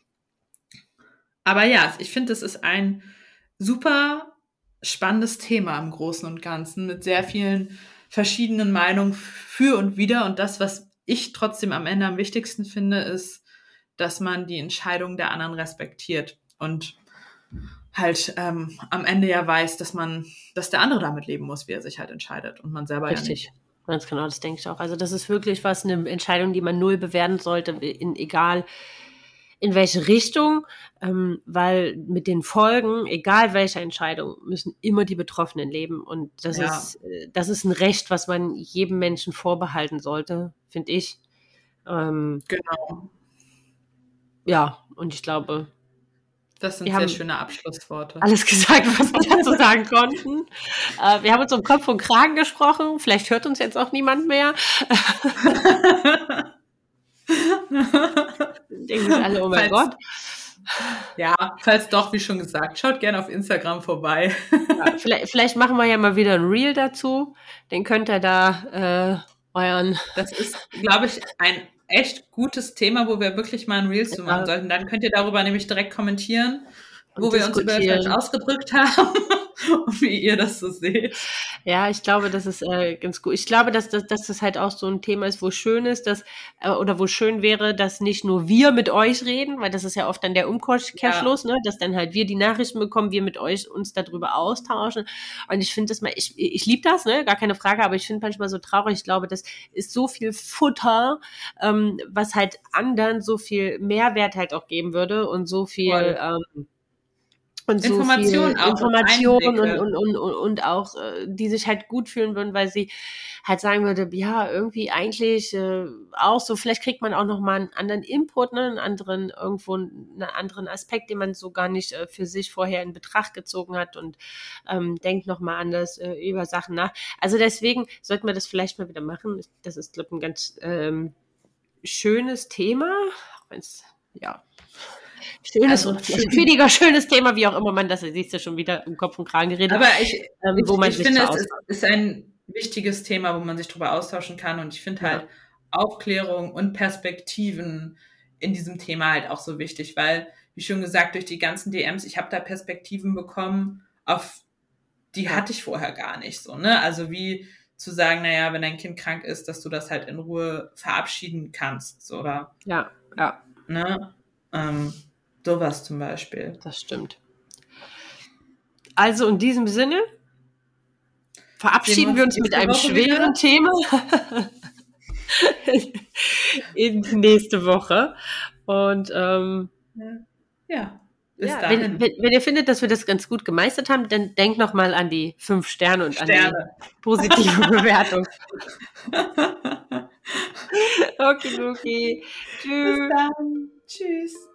Aber ja, ich finde, das ist ein super spannendes Thema im Großen und Ganzen mit sehr vielen verschiedenen Meinungen für und wider. Und das, was ich trotzdem am Ende am wichtigsten finde, ist, dass man die Entscheidung der anderen respektiert und halt ähm, am Ende ja weiß, dass man, dass der andere damit leben muss, wie er sich halt entscheidet und man selber ja Richtig. nicht. Ganz genau, das denke ich auch. Also das ist wirklich was, eine Entscheidung, die man null bewerten sollte, in egal in welche Richtung, ähm, weil mit den Folgen, egal welche Entscheidung, müssen immer die Betroffenen leben. Und das Ja. ist, äh, das ist ein Recht, was man jedem Menschen vorbehalten sollte, finde ich. Ähm, Genau. ja, und ich glaube, Das sind wir sehr haben schöne Abschlussworte. alles gesagt, was wir dazu sagen konnten. Äh, wir haben uns um Kopf und Kragen gesprochen. Vielleicht hört uns jetzt auch niemand mehr. Denken sich alle, oh mein Falls- Gott. Ja, falls doch, wie schon gesagt, schaut gerne auf Instagram vorbei. Ja, vielleicht, vielleicht machen wir ja mal wieder ein Reel dazu. Den könnt ihr da äh, euren. Das ist, glaube ich, ein echt gutes Thema, wo wir wirklich mal ein Reel zu machen Ja. sollten. Dann könnt ihr darüber nämlich direkt kommentieren, Und wo wir uns über diskutieren. falsch ausgedrückt haben und wie ihr das so seht. Ja, ich glaube, das ist äh, ganz gut. Ich glaube, dass, dass, dass das halt auch so ein Thema ist, wo schön ist, dass, äh, oder wo schön wäre, dass nicht nur wir mit euch reden, weil das ist ja oft dann der Umkehrschluss, ne, dass dann halt wir die Nachrichten bekommen, wir mit euch uns darüber austauschen. Und ich finde das mal, ich, ich liebe das, ne, gar keine Frage, aber ich finde manchmal so traurig. Ich glaube, das ist so viel Futter, ähm, was halt anderen so viel Mehrwert halt auch geben würde und so viel, Voll. ähm, und so Informationen viel auch, Informationen und, Einblicke. und, und, und, und auch, äh, die sich halt gut fühlen würden, weil sie halt sagen würde, ja, irgendwie eigentlich äh, auch so, vielleicht kriegt man auch nochmal einen anderen Input, ne, einen anderen, irgendwo einen anderen Aspekt, den man so gar nicht äh, für sich vorher in Betracht gezogen hat und ähm, denkt nochmal anders äh, über Sachen nach. Also deswegen sollten wir das vielleicht mal wieder machen. Das ist, glaube ich, ein ganz ähm, schönes Thema, auch wenn's, ja, Schönes, Also, schön. weniger schönes Thema, wie auch immer man das, siehst du schon wieder im Kopf und Kragen geredet. Aber ich, ähm, ich, wo man ich sich finde, so es ist, ist ein wichtiges Thema, wo man sich drüber austauschen kann. Und ich finde Ja. halt Aufklärung und Perspektiven in diesem Thema halt auch so wichtig, weil, wie schon gesagt, durch die ganzen D Ms, ich habe da Perspektiven bekommen, auf die Ja. hatte ich vorher gar nicht so, ne? Also wie zu sagen, naja, wenn dein Kind krank ist, dass du das halt in Ruhe verabschieden kannst, oder, Ja, ja, ne? Ähm, sowas zum Beispiel. das stimmt. Also in diesem Sinne verabschieden Sehen wir wir uns uns mit nächste einem Woche schweren Thema in die nächste Woche. Und ähm, Ja, bis ja, dahin. wenn, wenn, wenn ihr findet, dass wir das ganz gut gemeistert haben, dann denkt noch mal an die fünf Sterne und Sterne. an die positive Bewertung. Okay, okay. Bis Tschüss. dann. Tschüss.